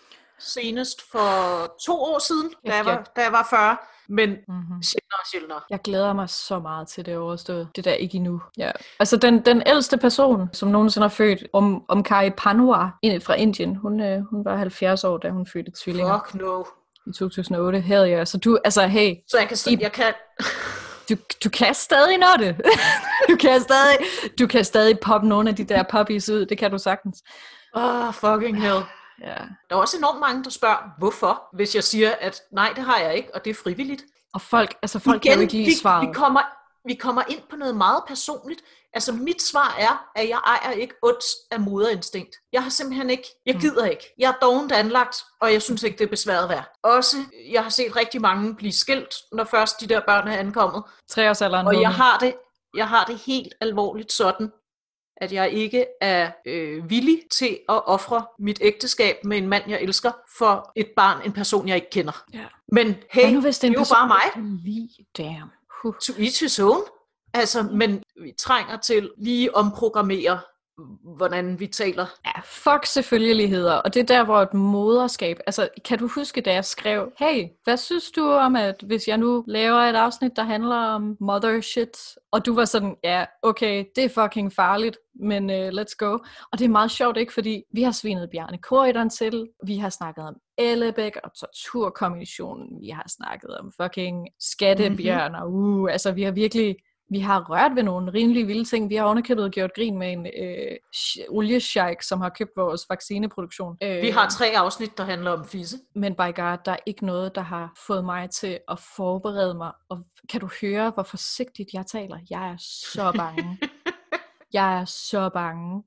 senest for to år siden, da jeg var, da jeg var fyrre, men mm-hmm. sjældnere og sjældnere. Jeg glæder mig så meget til det overstået. Det der ikke endnu. Ja. Altså den, den ældste person, som nogensinde har født, om, om Kari Panwar fra Indien, hun, øh, hun var halvfjerds år, da hun fødte tvillinger. Fuck no. I to tusind og otte, hell yeah. Så du, altså hey. Så jeg kan, I, jeg kan... du, du kan stadig nå det. du kan stadig, du kan stadig poppe nogle af de der puppies ud, det kan du sagtens. Åh, oh, fucking hell. Ja. Der er også enormt mange, der spørger, hvorfor, hvis jeg siger, at nej, det har jeg ikke, og det er frivilligt. Og folk, altså folk Igen, kan jo ikke lide svaret. Vi, vi, kommer, vi kommer ind på noget meget personligt. Altså mit svar er, at jeg ejer ikke ondt af moderinstinkt. Jeg har simpelthen ikke, jeg gider ikke. Jeg er dovent anlagt, og jeg synes ikke, det er besværet værd. Også, jeg har set rigtig mange blive skilt, når først de der børn er ankommet. Treårsalderen. Og jeg har, det, jeg har det helt alvorligt sådan, at jeg ikke er øh, villig til at ofre mit ægteskab med en mand, jeg elsker, for et barn, en person, jeg ikke kender. Ja. Men hey, nu, det er jo bare mig. Lige, damn. Huh. To each his own. Altså, men vi trænger til lige omprogrammere, hvordan vi taler. Ja, fuck selvfølgeligheder. Og det er der, hvor et moderskab... Altså, kan du huske, da jeg skrev, hey, hvad synes du om, at hvis jeg nu laver et afsnit, der handler om mother shit? Og du var sådan, ja, okay, det er fucking farligt, men uh, let's go. Og det er meget sjovt, ikke? Fordi vi har svinet Bjarne Corydon til, vi har snakket om Ellebæk og Torturkommissionen, vi har snakket om fucking skattebjørn, og uh, altså vi har virkelig... Vi har rørt ved nogle rimelig vilde ting. Vi har ovenikøbet gjort grin med en øh, oliesheik, som har købt vores vaccineproduktion. Øh, Vi har tre afsnit, der handler om fisse. Men by God, der er ikke noget, der har fået mig til at forberede mig. Og kan du høre, hvor forsigtigt jeg taler? Jeg er så bange. jeg er så bange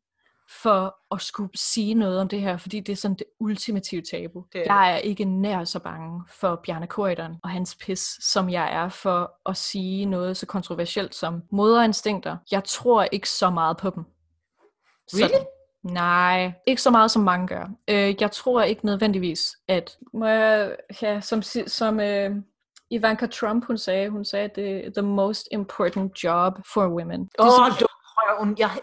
for at skulle sige noget om det her, fordi det er sådan det ultimative tabu. Det er jeg er ikke nær så bange for Bjarne Corydon og hans pis, som jeg er for at sige noget så kontroversielt som moderinstinkter. Jeg tror ikke så meget på dem. Really? Sådan. Nej, ikke så meget som mange gør. Øh, jeg tror ikke nødvendigvis, at må jeg, ja, som, som øh, Ivanka Trump, hun sagde, hun sagde, at det er the most important job for women. Åh, oh, du røven, jeg...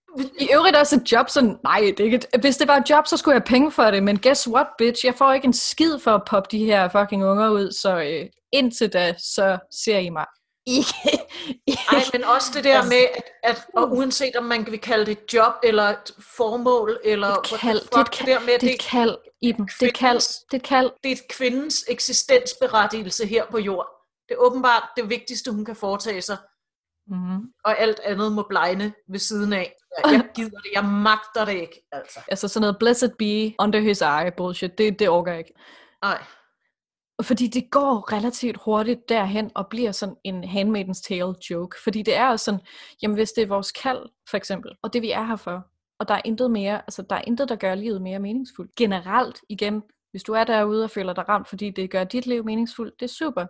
I øvrigt også et job, så nej, det er ikke et, hvis det var et job, så skulle jeg have penge for det, men guess what, bitch, jeg får ikke en skid for at poppe de her fucking unger ud, så øh, indtil da, så ser I mig ikke. Nej, men også det der med, at, at og uanset om man vil kalde det et job, eller et formål, eller et kald, det, er et kald, det, der med, det er et kald i dem, det er et kald, det er et kald. Det er et kvindens eksistensberettigelse her på jord. Det er åbenbart det vigtigste, hun kan foretage sig. Mm-hmm. Og alt andet må blegne ved siden af. Jeg gider det, jeg magter det ikke. Altså, altså sådan noget blessed be under his eye bullshit, det, det orker jeg ikke. Nej. Fordi det går relativt hurtigt derhen og bliver sådan en Handmaid's Tale joke. Fordi det er sådan, jamen hvis det er vores kald for eksempel, og det vi er her for, og der er intet mere, altså der er intet, der gør livet mere meningsfuldt. Generelt igen, hvis du er derude og føler dig ramt, fordi det gør dit liv meningsfuldt, det er super.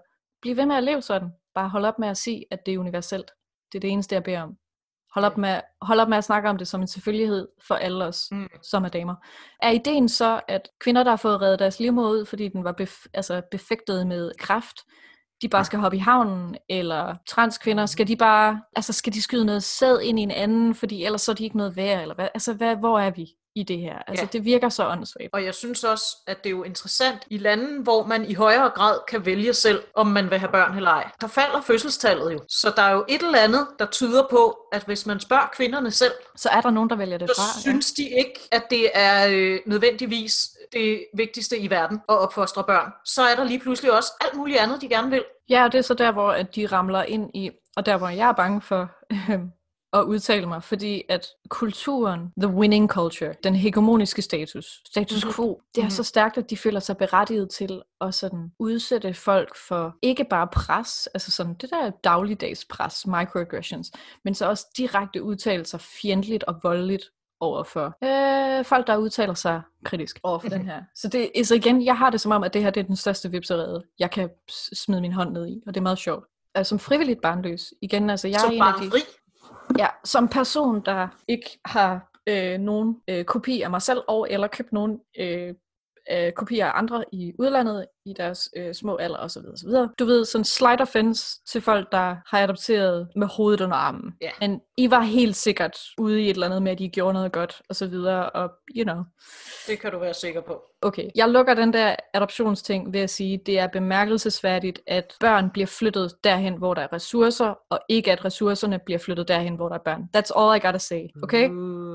bliv ved med at leve sådan. Bare hold op med at sige, at det er universelt. Det er det eneste, jeg beder om. Hold op, med, hold op med at snakke om det som en selvfølgelighed for alle os, mm. som er damer. Er ideen så, at kvinder, der har fået reddet deres livmor ud, fordi den var bef- altså befægtet med kræft, de bare skal hoppe i havnen, eller transkvinder, skal de bare, altså skal de skyde noget sæd ind i en anden, fordi ellers så er de ikke noget værd, eller hvad? Altså hvad, hvor er vi i det her? Altså ja. Det virker så åndssvagt. Og jeg synes også, at det er jo interessant i lande, hvor man i højere grad kan vælge selv, om man vil have børn eller ej. Der falder fødselstallet jo. Så der er jo et eller andet, der tyder på, at hvis man spørger kvinderne selv, så er der nogen, der vælger det fra. Så synes ja. de ikke, at det er øh, nødvendigvis det vigtigste i verden at opfostre børn. Så er der lige pludselig også alt muligt andet, de gerne vil. Ja, og det er så der, hvor at de ramler ind i, og der hvor jeg er bange for øh, at udtale mig, fordi at kulturen, the winning culture, den hegemoniske status, status quo, mm-hmm. det er så stærkt, at de føler sig berettiget til at sådan udsætte folk for ikke bare pres, altså sådan det der dagligdags pres, microaggressions, men så også direkte udtalelser fjendtligt og voldeligt overfor øh, folk, der udtaler sig kritisk overfor den her. Så det er så igen, jeg har det som om, at det her det er den største vipserede, jeg kan smide min hånd ned i, og det er meget sjovt. Altså, som frivilligt barnløs, igen, altså jeg som er en af de... Ja, som person, der ikke har øh, nogen øh, kopi af mig selv, og eller købt nogen øh, øh, kopier af andre i udlandet, i deres øh, små alder og så videre, så videre. Du ved, sådan slider fence til folk, der har adopteret med hovedet under armen. Yeah. Men I var helt sikkert ude i et eller andet med, at I gjorde noget godt, og så videre, og you know. Det kan du være sikker på. Okay, jeg lukker den der adoptionsting ved at sige, det er bemærkelsesværdigt, at børn bliver flyttet derhen, hvor der er ressourcer, og ikke at ressourcerne bliver flyttet derhen, hvor der er børn. That's all I gotta say, okay?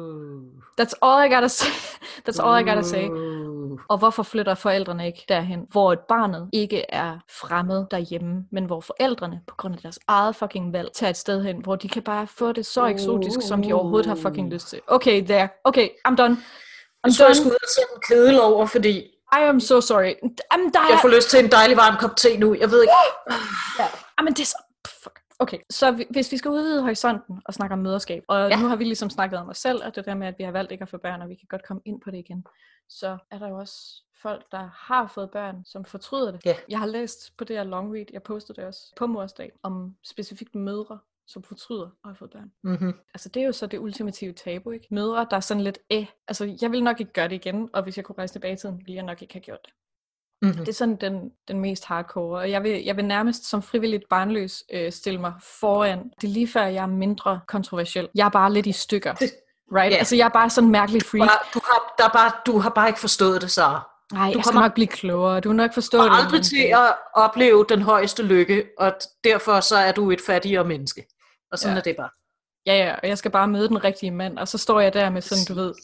That's all I gotta say. That's all I gotta say. Og hvorfor flytter forældrene ikke derhen, hvor et barnet ikke er fremmed derhjemme, men hvor forældrene, på grund af deres eget fucking valg, tager et sted hen, hvor de kan bare få det så eksotisk, som de overhovedet har fucking lyst til. Okay, there. Okay, I'm done. I'm jeg tror, jeg skulle ud og sætte en kedel over, fordi... I am so sorry. I'm der... Jeg får lyst til en dejlig varm kop te nu. Jeg ved ikke... Ja. Jamen, det er så... Fuck. Okay, så hvis vi skal udvide horisonten og snakke om møderskab, og ja. Nu har vi ligesom snakket om os selv, og det der med, at vi har valgt ikke at få børn, og vi kan godt komme ind på det igen, så er der jo også folk, der har fået børn, som fortryder det. Ja. Jeg har læst på det her long read, jeg postede det også på mors dag, om specifikt mødre, som fortryder at have fået børn. Mm-hmm. Altså det er jo så det ultimative tabu, ikke? Mødre, der er sådan lidt, æh, altså jeg vil nok ikke gøre det igen, og hvis jeg kunne rejse tilbage i tiden, ville jeg nok ikke have gjort det. Mm-hmm. Det er sådan den, den mest hardcore, og jeg vil, jeg vil nærmest som frivilligt barnløs øh, stille mig foran. Det er lige før, jeg er mindre kontroversiel. Jeg er bare lidt i stykker, right? Yeah. Altså jeg er bare sådan en mærkelig freak. Du har, der bare, du har bare ikke forstået det, Sara. Nej, jeg skal nok blive klogere. Du har nok forstå det. Du har aldrig til at opleve den højeste lykke, og derfor så er du et fattigere menneske. Og sådan ja. Er det bare. Ja, ja, og jeg skal bare møde den rigtige mand, og så står jeg der med sådan, du ved...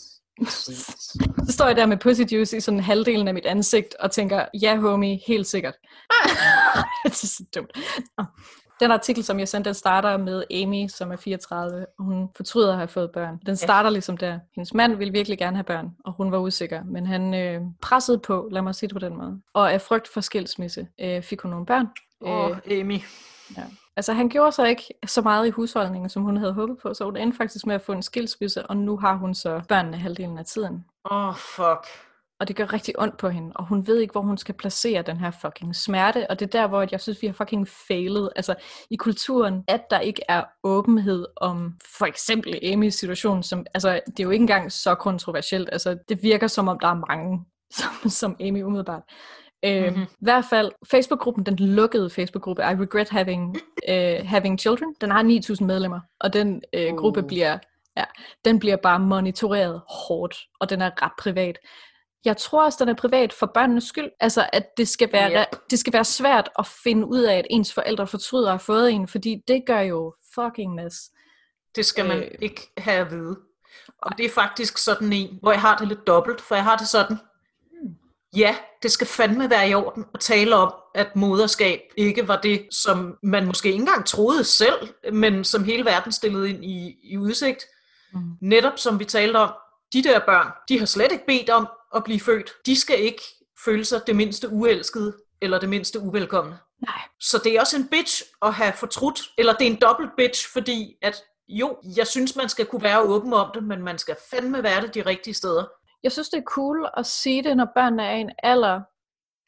Så står jeg der med pussy juice i sådan halvdelen af mit ansigt, og tænker, ja homie, helt sikkert. Det er så dumt. Den artikel, som jeg sendte, den starter med Amy, som er fireogtredive, og hun fortryder at have fået børn. Den starter ligesom der. Hendes mand ville virkelig gerne have børn, og hun var usikker, men han øh, pressede på, lad mig sige det på den måde. Og af frygt for skilsmisse øh, fik hun nogle børn. Åh, oh, Amy. Ja. Altså han gjorde så ikke så meget i husholdningen, som hun havde håbet på, så hun endte faktisk med at få en skilsmisse, og nu har hun så børnene halvdelen af tiden. Åh, oh, fuck. Og det gør rigtig ondt på hende, og hun ved ikke, hvor hun skal placere den her fucking smerte, og det er der, hvor jeg synes, vi har fucking failet, altså i kulturen, at der ikke er åbenhed om for eksempel Amys situation, som, altså det er jo ikke engang så kontroversielt, altså det virker som om, der er mange, som, som Amy umiddelbart. Øh, mm-hmm. I hvert fald, Facebook-gruppen, den lukkede Facebook-gruppe, I regret having, uh, having children, den har ni tusind medlemmer, og den uh, uh. gruppe bliver, ja, den bliver bare monitoreret hårdt, og den er ret privat. Jeg tror også, den er privat for børnenes skyld. Altså, at det skal være, yep. det skal være svært at finde ud af, at ens forældre fortryder at have fået en, fordi det gør jo fucking mess. Det skal man øh, ikke have at vide. Og det er faktisk sådan en, hvor jeg har det lidt dobbelt, for jeg har det sådan, hmm. ja, det skal fandme være i orden at tale om, at moderskab ikke var det, som man måske ikke engang troede selv, men som hele verden stillede ind i, i udsigt. Hmm. Netop som vi talte om, de der børn, de har slet ikke bedt om at blive født. De skal ikke føle sig det mindste uelskede, eller det mindste uvelkomne. Nej. Så det er også en bitch at have fortrudt, eller det er en dobbelt bitch, fordi at jo, jeg synes, man skal kunne være åben om det, men man skal fandme være det de rigtige steder. Jeg synes, det er cool at sige det, når børnene er i en alder,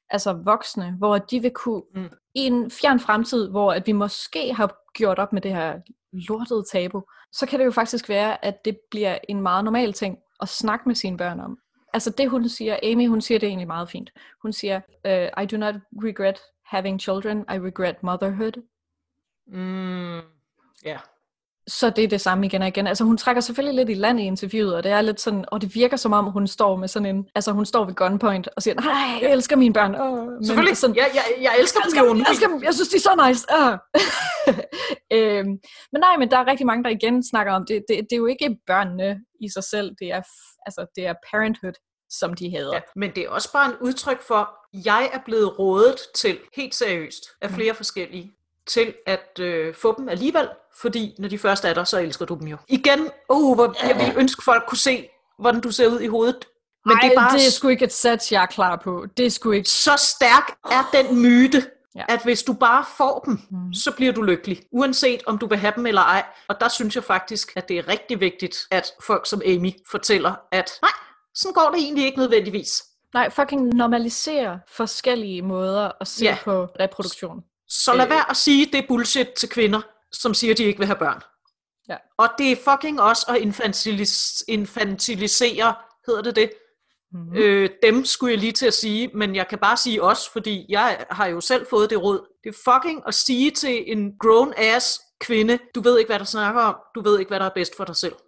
altså voksne, hvor de vil kunne, Mm. i en fjern fremtid, hvor at vi måske har gjort op med det her lortede tabu, så kan det jo faktisk være, at det bliver en meget normal ting at snakke med sine børn om. Altså det hun siger, Amy, hun siger det egentlig meget fint. Hun siger, uh, I do not regret having children, I regret motherhood. Mm. Ja. Så det er det samme igen og igen. Altså hun trækker selvfølgelig lidt i land i interviewet, og det er lidt sådan, og det virker som om hun står med sådan en, altså hun står ved gunpoint og siger, nej, jeg elsker mine børn. Oh, men selvfølgelig, sådan, jeg, jeg, jeg elsker dem jo nu. Jeg, elsker dem. Jeg synes, de er så nice. Oh. øhm, men nej, men der er rigtig mange, der igen snakker om, det, det, det er jo ikke børnene i sig selv, det er, altså, det er parenthood, som de hedder. Ja, men det er også bare en udtryk for, jeg er blevet rådet til, helt seriøst, af flere mm. forskellige, til at øh, få dem alligevel, fordi når de først er der, så elsker du dem jo. Igen, oh, hvor jeg ville ønske, folk kunne se, hvordan du ser ud i hovedet. Men Ej, det er bare det er sgu ikke et sæt, jeg er klar på. Det er sgu ikke. Så stærk er den myte, ja. At hvis du bare får dem, mm. så bliver du lykkelig. Uanset om du vil have dem eller ej. Og der synes jeg faktisk, at det er rigtig vigtigt, at folk som Amy fortæller, at nej, sådan går det egentlig ikke nødvendigvis. Nej, fucking normalisere forskellige måder at se ja. På reproduktion. Så lad være at sige, det er bullshit til kvinder, som siger, at de ikke vil have børn. Ja. Og det er fucking også at infantilis- infantilisere, hedder det det, mm-hmm. øh, dem skulle jeg lige til at sige, men jeg kan bare sige os, fordi jeg har jo selv fået det råd. Det er fucking at sige til en grown-ass kvinde, du ved ikke, hvad der snakker om, du ved ikke, hvad der er bedst for dig selv.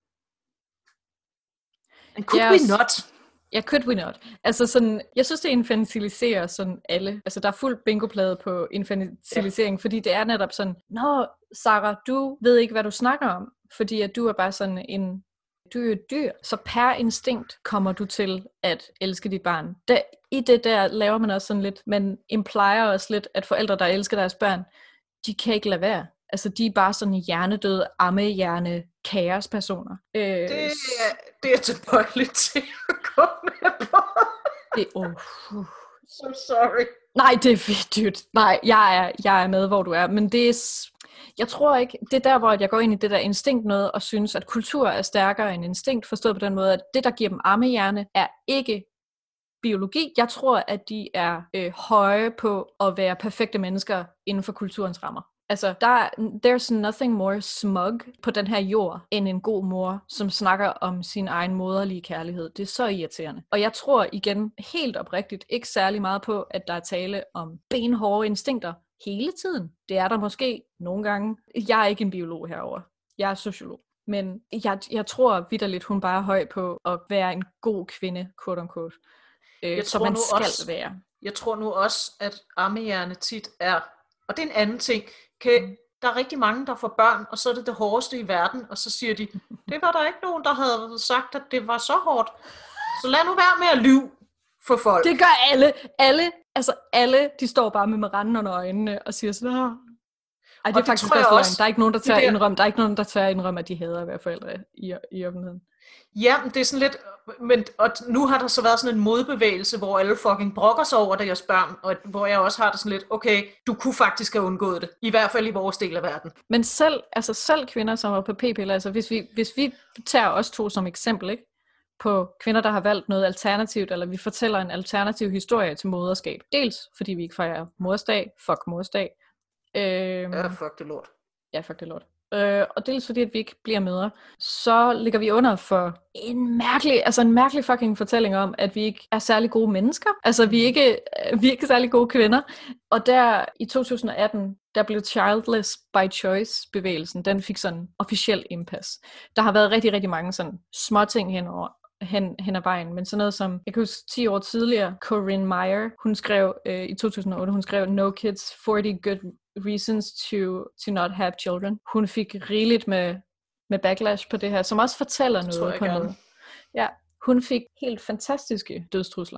And could yes. we not? Ja, yeah, could we not? Altså sådan, jeg synes, det infantiliserer sådan alle. Altså, der er fuld bingoplade på infantilisering, yeah. fordi det er netop sådan, nå, Sarah, du ved ikke, hvad du snakker om, fordi at du er bare sådan en, du er et dyr. Så per instinkt kommer du til at elske dit barn. Der, I det der laver man også sådan lidt, man implier også lidt, at forældre, der elsker deres børn, de kan ikke lade være. Altså, de er bare sådan hjernedøde, ammehjerne, kaospersoner. Øh, det, er, det er tilbøjeligt til at gå med på. Det, oh, uh. So sorry. Nej, det er fedt, dude. Nej, jeg er, jeg er med, hvor du er. Men det er, jeg tror ikke, det er der, hvor jeg går ind i det der instinkt noget, og synes, at kultur er stærkere end instinkt, forstået på den måde, at det, der giver dem ammehjerne, er ikke biologi. Jeg tror, at de er øh, høje på at være perfekte mennesker inden for kulturens rammer. Altså, der, there's nothing more smug på den her jord, end en god mor, som snakker om sin egen moderlige kærlighed. Det er så irriterende. Og jeg tror igen, helt oprigtigt, ikke særlig meget på, at der er tale om benhårde instinkter hele tiden. Det er der måske nogle gange. Jeg er ikke en biolog herover. Jeg er sociolog. Men jeg, jeg tror vitterligt, hun bare er høj på at være en god kvinde, quote unquote. Øh, som man skal også, være. Jeg tror nu også, at ammehjerne tit er, og det er en anden ting, kan, der er rigtig mange, der får børn, og så er det det hårdeste i verden, og så siger de, det var der ikke nogen, der havde sagt, at det var så hårdt. Så lad nu være med at lyve for folk. Det gør alle. Alle, altså alle, de står bare med randen under øjnene og siger sådan, Åh. Ej, det er og faktisk det også, der er ikke nogen, der tør der... indrømme, der er ikke nogen, der tør indrømme, at de hader at være forældre i, i offentligheden. Ja, det er sådan lidt, men og nu har der så været sådan en modbevægelse, hvor alle fucking brokker sig over deres børn, og hvor jeg også har det sådan lidt, okay, du kunne faktisk have undgået det, i hvert fald i vores del af verden. Men selv, altså selv kvinder, som er på p-piller, altså hvis vi, hvis vi tager os to som eksempel, ikke, på kvinder, der har valgt noget alternativt, eller vi fortæller en alternativ historie til moderskab, dels fordi vi ikke fejrer morsdag, fuck morsdag. Øhm, ja, fuck det lort. Ja, fuck det lort. Øh, og dels fordi, at vi ikke bliver mødre, så ligger vi under for en mærkelig, altså en mærkelig fucking fortælling om, at vi ikke er særlig gode mennesker. Altså, vi er ikke, vi er ikke særlig gode kvinder. Og der i to tusind atten, der blev Childless by Choice-bevægelsen, den fik sådan officiel indpas. Der har været rigtig, rigtig mange sådan små ting henover, hen, hen ad vejen, men sådan noget som, jeg kan huske ti år tidligere, Corinne Meyer, hun skrev øh, i to tusind otte, hun skrev No Kids, forty Good Reasons to, to Not Have Children. Hun fik rigeligt med, med backlash på det her, som også fortæller noget tror, på noget. Ja, hun fik helt fantastiske dødstrusler.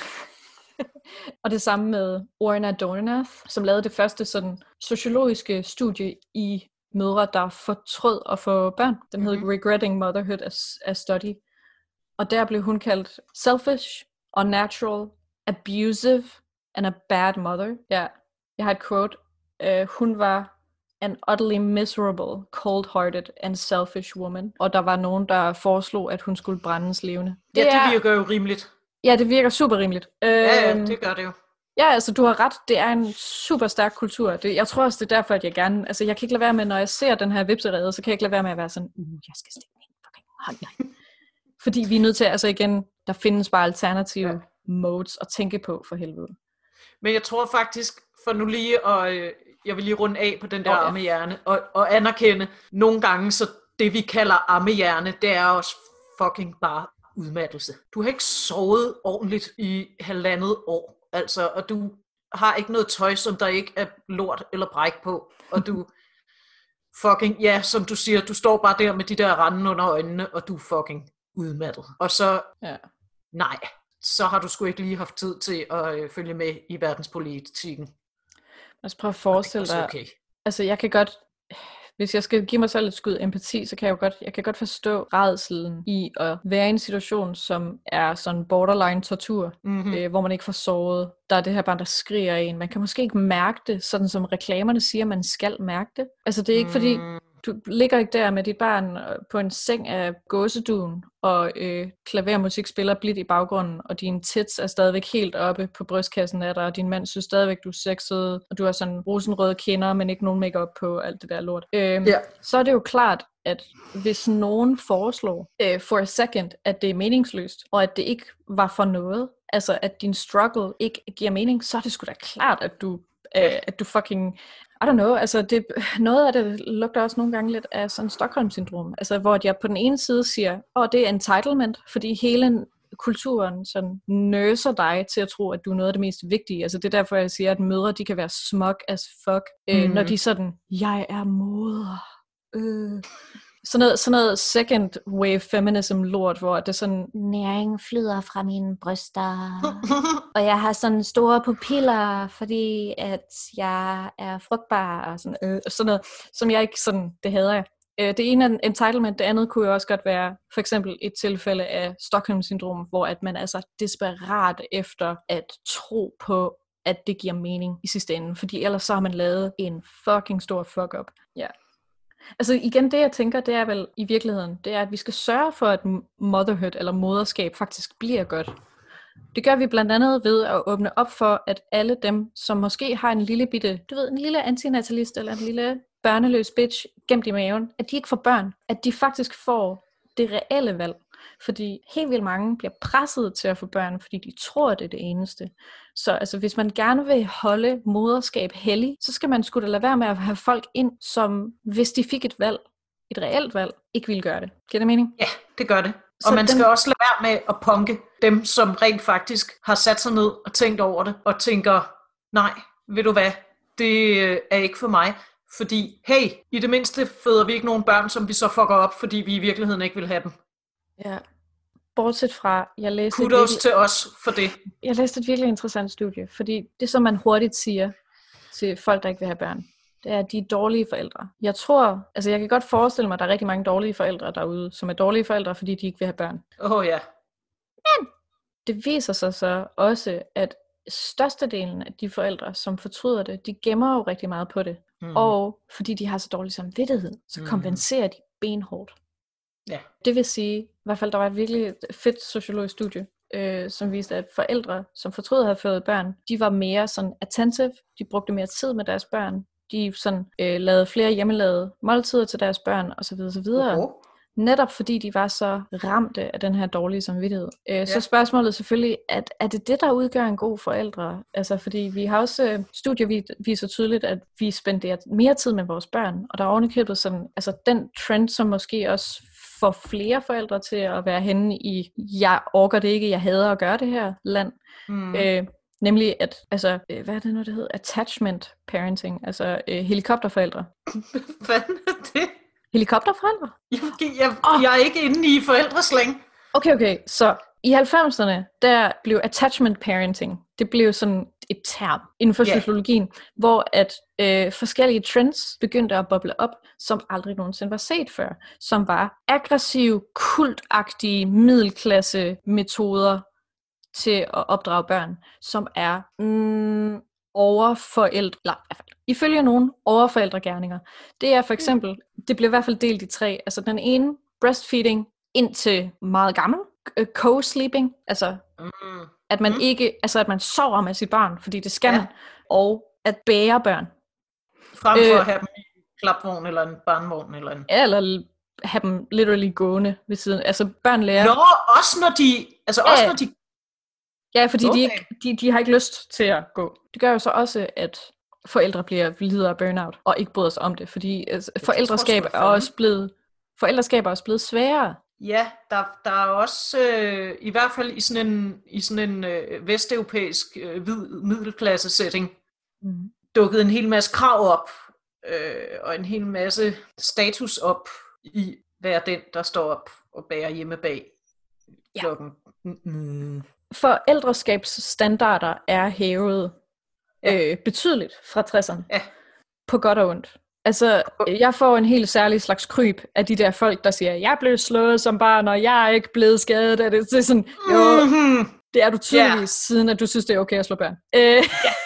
Og det samme med Orna Donath, som lavede det første sådan sociologiske studie i mødre, der fortrød at få børn. Den hed mm-hmm. Regretting Motherhood as a Study. Og der blev hun kaldt selfish, unnatural, abusive and a bad mother. Ja, jeg har et quote. Uh, hun var an utterly miserable, cold-hearted and selfish woman. Og der var nogen, der foreslog, at hun skulle brændes levende. Det ja, det er, virker jo rimeligt. Ja, det virker super rimeligt. Ja, ja, det gør det jo. Ja, altså du har ret. Det er en super stærk kultur. Det, jeg tror også, det er derfor, at jeg gerne... Altså jeg kan ikke lade være med, når jeg ser den her vipserede, så kan jeg ikke lade være med at være sådan, uh, jeg skal stikke min fucking hånd derind. Fordi vi er nødt til, altså igen, der findes bare alternative ja. modes at tænke på for helvede. Men jeg tror faktisk, for nu lige, og øh, jeg vil lige runde af på den der oh, ja. ammehjerne, og, og anerkende, nogle gange, så det vi kalder ammehjerne, det er også fucking bare udmattelse. Du har ikke sovet ordentligt i halvandet år, altså, og du har ikke noget tøj, som der ikke er lort eller bræk på, og du fucking, ja, som du siger, du står bare der med de der rande under øjnene, og du er fucking udmattet. Og så, ja. nej, så har du sgu ikke lige haft tid til at øh, følge med i verdenspolitikken. Altså prøv at forestille dig, okay. altså jeg kan godt, hvis jeg skal give mig selv et skud empati, så kan jeg jo godt, jeg kan godt forstå rædslen i at være i en situation, som er sådan borderline tortur, mm-hmm. øh, hvor man ikke får sovet. Der er det her barn, der skriger en. Man kan måske ikke mærke det, sådan som reklamerne siger, man skal mærke det. Altså det er ikke mm. fordi, du ligger ikke der med dit barn på en seng af gåseduen, og øh, klavermusik spiller blidt i baggrunden, og dine tits er stadigvæk helt oppe på brystkassen af dig, og din mand synes stadigvæk, du er sexet, og du har sådan rosenrøde kinder, men ikke nogen makeup på, alt det der lort. Øh, yeah. Så er det jo klart, at hvis nogen foreslår øh, for a second, at det er meningsløst, og at det ikke var for noget, altså at din struggle ikke giver mening, så er det sgu da klart, at du, øh, at du fucking... I don't know, altså det, noget af det lugter også nogle gange lidt af sådan Stockholm-syndrom, altså hvor jeg på den ene side siger, åh, det er entitlement, fordi hele kulturen sådan nøser dig til at tro, at du er noget af det mest vigtige. Altså det er derfor, jeg siger, at mødre, de kan være smug as fuck, øh, mm. når de er sådan, jeg er moder. Øh. Sådan noget, sådan noget second wave feminism lort, hvor det er sådan, næring flyder fra mine bryster, og jeg har sådan store pupiller, fordi at jeg er frugtbar, og sådan, øh, sådan noget, som jeg ikke sådan, det hader jeg. Øh, det ene er entitlement, det andet kunne jo også godt være, for eksempel et tilfælde af Stockholm-syndrom, hvor at man er så desperat efter at tro på, at det giver mening i sidste ende, fordi ellers så har man lavet en fucking stor fuck-up. Ja. Altså igen, det jeg tænker, det er vel i virkeligheden, det er, at vi skal sørge for, at motherhood eller moderskab faktisk bliver godt. Det gør vi blandt andet ved at åbne op for, at alle dem, som måske har en lille bitte, du ved, en lille antinatalist eller en lille børneløs bitch gemt i maven, at de ikke får børn, at de faktisk får det reelle valg. Fordi helt vildt mange bliver presset til at få børn, fordi de tror, det er det eneste. Så altså, hvis man gerne vil holde moderskab hellig, så skal man sgu da lade være med at have folk ind, som hvis de fik et valg, et reelt valg, ikke ville gøre det. Giver det mening? Ja, det gør det. Og så man skal den... også lade være med at punke dem, som rent faktisk har sat sig ned og tænkt over det, og tænker, nej, ved du hvad, det er ikke for mig. Fordi, hey, i det mindste føder vi ikke nogen børn, som vi så fucker op, fordi vi i virkeligheden ikke vil have dem. Ja, bortset fra, jeg læste Kudos virkelig, til os for det. Jeg læste et virkelig interessant studie, fordi det som man hurtigt siger til folk, der ikke vil have børn, det er, at de er dårlige forældre. Jeg tror, altså jeg kan godt forestille mig, at der er rigtig mange dårlige forældre derude, som er dårlige forældre, fordi de ikke vil have børn. Åh oh, ja. Men det viser sig så også, at størstedelen af de forældre, som fortryder det, de gemmer jo rigtig meget på det. Mm. Og fordi de har så dårlig samvittighed, så kompenserer de benhårdt. Ja. Det vil sige, i hvert fald der var et virkelig fedt sociologisk studie, øh, som viste, at forældre, som fortryder at have fået børn, de var mere sådan attentive, de brugte mere tid med deres børn, de sådan øh, lavede flere hjemmelavede måltider til deres børn, osv. osv. Uh-huh. Netop fordi de var så ramte af den her dårlige samvittighed. Øh, ja. Så spørgsmålet selvfølgelig, at er det det, der udgør en god forældre? Altså fordi vi har også, øh, studier vi, viser tydeligt, at vi spenderer mere tid med vores børn, og der er ovenikøbet sådan, altså den trend, som måske også får flere forældre til at være henne i, jeg orker det ikke, jeg hader at gøre det her land. Mm. Øh, nemlig at, altså, øh, hvad er det nu, det hedder? Attachment parenting, altså øh, helikopterforældre. Hvad er det? Helikopterforældre? Jeg, jeg, oh. jeg er ikke inde i forældreslæng. Okay, okay. Så i halvfemserne, der blev attachment parenting, det blev sådan et term inden for yeah. sociologien, hvor at øh, forskellige trends begyndte at boble op, som aldrig nogensinde var set før. Som var aggressive, kultagtige, middelklasse metoder til at opdrage børn, som er mm, overforældre, eller i hvert fald, ifølge nogen overforældregerninger. Det er for eksempel, det bliver i hvert fald delt i tre. Altså den ene, breastfeeding indtil meget gammel, uh, co-sleeping, altså Mm. at man Mm. ikke, altså at man sover med sit barn, fordi det skal Ja. man, og at bære børn. Frem for Øh, at have dem i en klapvogn eller en barnvogn eller en... Eller have dem literally gående ved siden. Altså børn lærer... Nå, også når de... Altså Ja, også når de... ja, fordi de, Okay. ikke, de, de har ikke lyst til at gå. Det gør jo så også, at forældre bliver lider af burnout, og ikke bryder sig om det, fordi altså, forældreskab jeg er fandme. også blevet... Forældreskab er også blevet sværere. Ja, der, der er også, øh, i hvert fald i sådan en, i sådan en øh, vesteuropæisk øh, hvid middelklasse-setting, Mm. dukket en hel masse krav op, øh, og en hel masse status op i, hvad er den, der står op og bærer hjemme bag Ja. klokken. Mm. Forældreskabsstandarder er hævet Ja. øh, betydeligt fra tresserne. Ja. På godt og ondt. Altså, jeg får en helt særlig slags kryb af de der folk, der siger, jeg blev slået som barn, og jeg er ikke blevet skadet af det. Det er sådan, jo, Mm-hmm. det er du tydeligvis, Yeah. siden at du synes, det er okay at slå børn. Øh,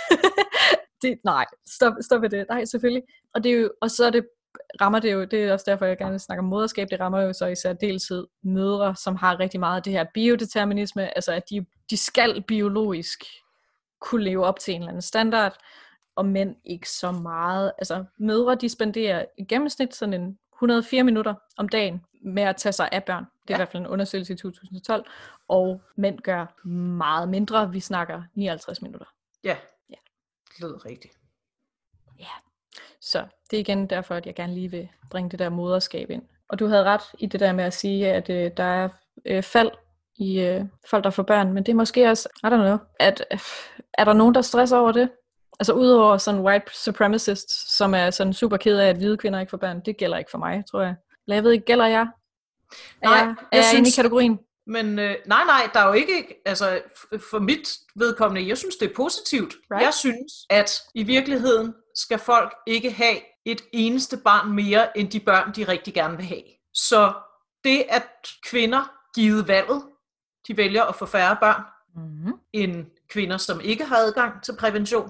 det, nej, stop, stop med det. Nej, selvfølgelig. Og, det er jo, og så er det, rammer det jo, det er også derfor, jeg gerne snakker om moderskab, det rammer jo så i særdeleshed mødre, som har rigtig meget af det her biodeterminisme, altså at de, de skal biologisk kunne leve op til en eller anden standard, og mænd ikke så meget. Altså mødre, de spenderer i gennemsnit sådan en et hundrede og fire minutter om dagen med at tage sig af børn. Det er ja. i hvert fald en undersøgelse i to tusind og tolv, og mænd gør meget mindre. Vi snakker nioghalvtreds minutter. Ja, Ja. det lyder rigtigt. Ja, så det er igen derfor, at jeg gerne lige vil bringe det der moderskab ind. Og du havde ret i det der med at sige, at øh, der er øh, fald i øh, folk, der får børn, men det er måske også, I don't know, at øh, er der nogen, der stresser over det? Altså udover sådan white supremacists, som er sådan super ked af, at hvide kvinder ikke får børn, det gælder ikke for mig, tror jeg. Eller jeg ved ikke, gælder jeg? Er Nej, jeg, er jeg jeg synes- inde i kategorien? Men øh, nej, nej, der er jo ikke, altså f- for mit vedkommende, jeg synes, det er positivt. Right. Jeg synes, at i virkeligheden skal folk ikke have et eneste barn mere, end de børn, de rigtig gerne vil have. Så det, at kvinder givet valget, de vælger at få færre børn, Mm-hmm. end kvinder, som ikke har adgang til prævention,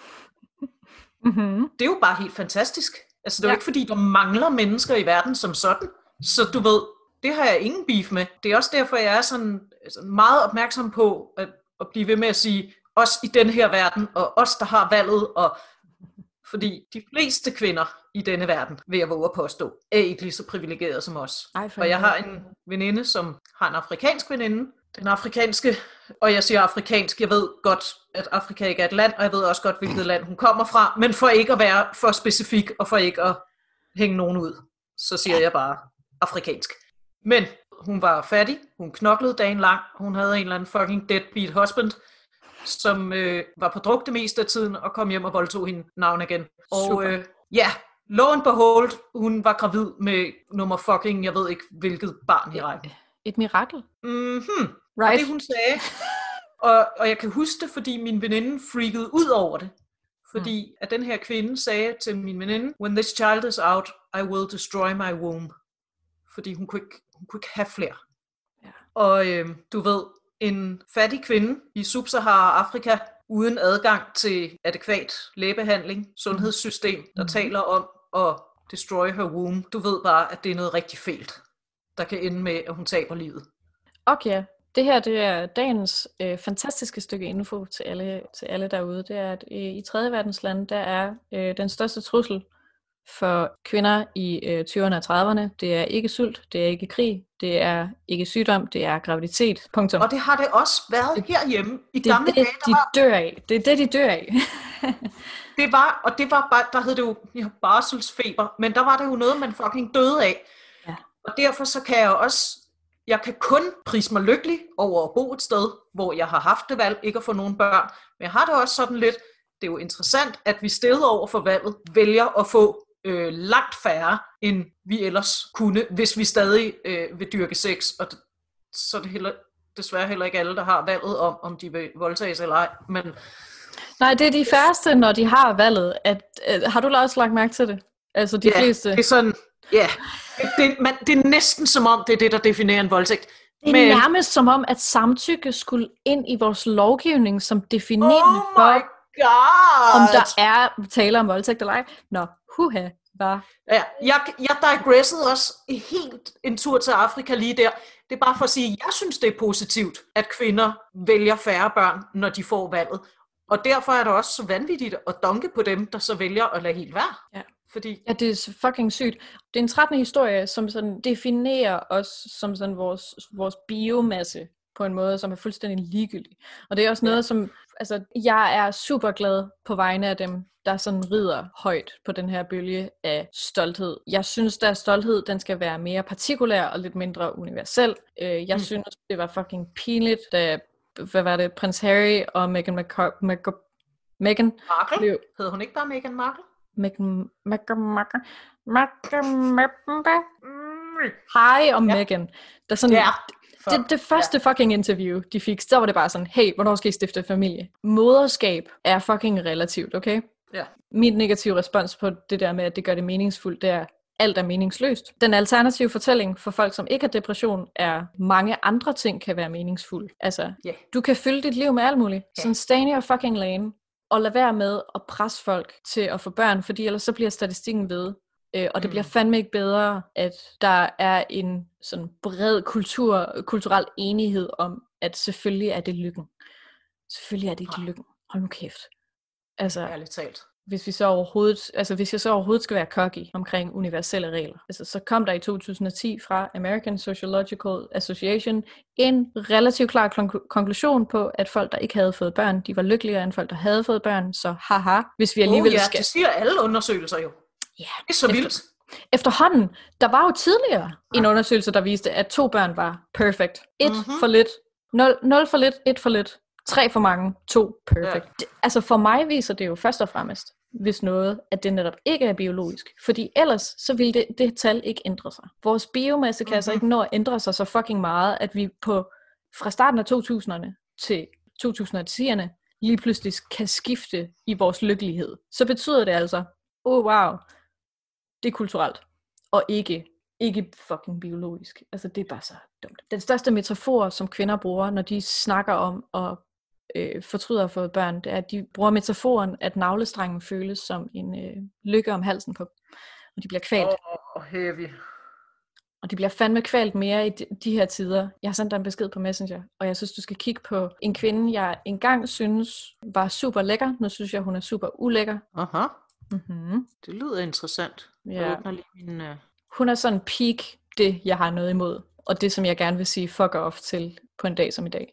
Mm-hmm. det er jo bare helt fantastisk. Altså, det er jo Ja. ikke, fordi der mangler mennesker i verden som sådan. Så du ved, det har jeg ingen beef med. Det er også derfor, jeg er sådan, sådan meget opmærksom på at, at blive ved med at sige, os i den her verden, og os, der har valget, og fordi de fleste kvinder i denne verden, vil jeg våge at påstå, er ikke lige så privilegerede som os. Ej, for Og jeg har en veninde, som har en afrikansk veninde. Den afrikanske, og jeg siger afrikansk, jeg ved godt, at Afrika ikke er et land, og jeg ved også godt, hvilket land hun kommer fra, men for ikke at være for specifik, og for ikke at hænge nogen ud, så siger jeg bare afrikansk. Men hun var fattig, hun knoklede dagen lang, hun havde en eller anden fucking deadbeat husband, som øh, var på druk det meste af tiden, og kom hjem og voldtog hende navn igen. Og Super. øh, ja, lo and behold, hun var gravid med nummer fucking, jeg ved ikke hvilket barn i rækken. Et mirakel. Mhm. Og Right. det hun sagde, og, og jeg kan huske det, fordi min veninde freakede ud over det. Fordi mm. at den her kvinde sagde til min veninde, when this child is out, I will destroy my womb. Fordi hun kunne ikke, hun kunne ikke have flere. Ja. Og øh, du ved, en fattig kvinde i Sub-Sahara Afrika, uden adgang til adækvat lægebehandling, sundhedssystem, der Mm. taler om at destroy her womb. Du ved bare, at det er noget rigtig fælt, der kan ende med, at hun taber livet. Okay, det her det er dagens øh, fantastiske stykke info til alle, til alle derude. Det er, at øh, i tredje verdens lande, der er øh, den største trussel for kvinder i øh, tyverne og trediverne. Det er ikke sult, det er ikke krig, det er ikke sygdom, det er graviditet. Punktum. Og det har det også været herhjemme. I Det er gamle det, dage, der de var, dør af. Det er det, de dør af. det var, og det var bare, der hed det jo ja, barselsfeber, men der var det jo noget, man fucking døde af. Ja. Og derfor så kan jeg også, jeg kan kun prise mig lykkelig over at bo et sted, hvor jeg har haft det valg, ikke at få nogen børn. Men jeg har det også sådan lidt, det er jo interessant, at vi stillet over for valget, vælger at få øh, langt færre, end vi ellers kunne, hvis vi stadig øh, vil dyrke sex. Og det, så er det heller, desværre heller ikke alle, der har valget om, om de vil voldtages eller ej. Men Nej, det er de færreste, når de har valget. At, øh, har du også lagt mærke til det? Altså de ja, fleste. det er sådan, ja, det, man, det er næsten som om, det er det, der definerer en voldtægt. Det er Men, nærmest som om, at samtykke skulle ind i vores lovgivning som definerende oh my for, god! om der er tale om voldtægt eller ej. Nå, huha. Hvad? Ja, jeg, jeg digressede også helt en tur til Afrika lige der. Det er bare for at sige, at jeg synes, det er positivt, at kvinder vælger færre børn, når de får valget. Og derfor er det også så vanvittigt at dunke på dem, der så vælger at lade helt være. Ja. Fordi... ja, det er fucking sygt. Det er en trættende historie, som sådan definerer os som sådan vores, vores biomasse på en måde, som er fuldstændig ligegyldig. Og det er også noget, ja. som... Altså, jeg er super glad på vegne af dem, der sådan rider højt på den her bølge af stolthed. Jeg synes, der stolthed, den skal være mere partikulær og lidt mindre universel. Jeg mm. synes, det var fucking pinligt, da, hvad var det, Prins Harry og Meghan McCar- Mc- Meghan Markle? Blev... Hed hun ikke bare Meghan Markle? Meghan Markle, Markle, Markle, Harry og ja. Meghan. Der sådan... Ja. Det, det første ja. fucking interview, de fik, så var det bare sådan, hey, hvornår skal I stifte familie? Moderskab er fucking relativt, okay? Ja. Min negative respons på det der med, at det gør det meningsfuldt, det er, alt er meningsløst. Den alternative fortælling for folk, som ikke har depression, er, mange andre ting kan være meningsfulde. Altså, yeah. du kan fylde dit liv med alt muligt. Yeah. Sådan stay in your fucking lane, og lad være med at presse folk til at få børn, fordi ellers så bliver statistikken ved. Og det bliver fandme ikke bedre, at der er en sådan bred kultur, kulturel enighed om, at selvfølgelig er det lykken. Selvfølgelig er det ikke lykken. Hold nu kæft. Altså, ærligt talt. Hvis vi så overhovedet, altså hvis jeg så overhovedet skal være cocky omkring universelle regler, altså så kom der i to tusind og ti fra American Sociological Association en relativt klar konk- konklusion på, at folk, der ikke havde fået børn, de var lykkeligere end folk, der havde fået børn, så haha, hvis vi alligevel oh, ja, skal... det siger alle undersøgelser jo. Ja, det er så efter, vildt. Efterhånden, der var jo tidligere en undersøgelse, der viste, at to børn var perfect. Et mm-hmm. for lidt, nul, nul for lidt, et for lidt, tre for mange, to perfect. Ja. Det, altså for mig viser det jo først og fremmest, hvis noget, at det netop ikke er biologisk. Fordi ellers, så ville det, det tal ikke ændre sig. Vores biomasse kan mm-hmm. altså ikke nå at ændre sig så fucking meget, at vi på fra starten af to tusinderne til to tusind og tierne lige pludselig kan skifte i vores lykkelighed. Så betyder det altså, oh wow, det er kulturelt, og ikke, ikke fucking biologisk. Altså, det er bare så dumt. Den største metafor, som kvinder bruger, når de snakker om at øh, fortryde at få børn, det er, at de bruger metaforen, at navlestrengen føles som en øh, lykke om halsen på, og de bliver kvalt. Åh, oh, heavy. Og de bliver fandme kvalt mere i de, de her tider. Jeg har sendt dig en besked på Messenger, og jeg synes, du skal kigge på en kvinde, jeg engang synes var super lækker. Nu synes jeg, hun er super ulækker. Aha. Mm-hmm. Det lyder interessant. Ja. Jeg åbner lige min... Uh... Hun er sådan peak det, jeg har noget imod. Og det, som jeg gerne vil sige fuck off til på en dag som i dag.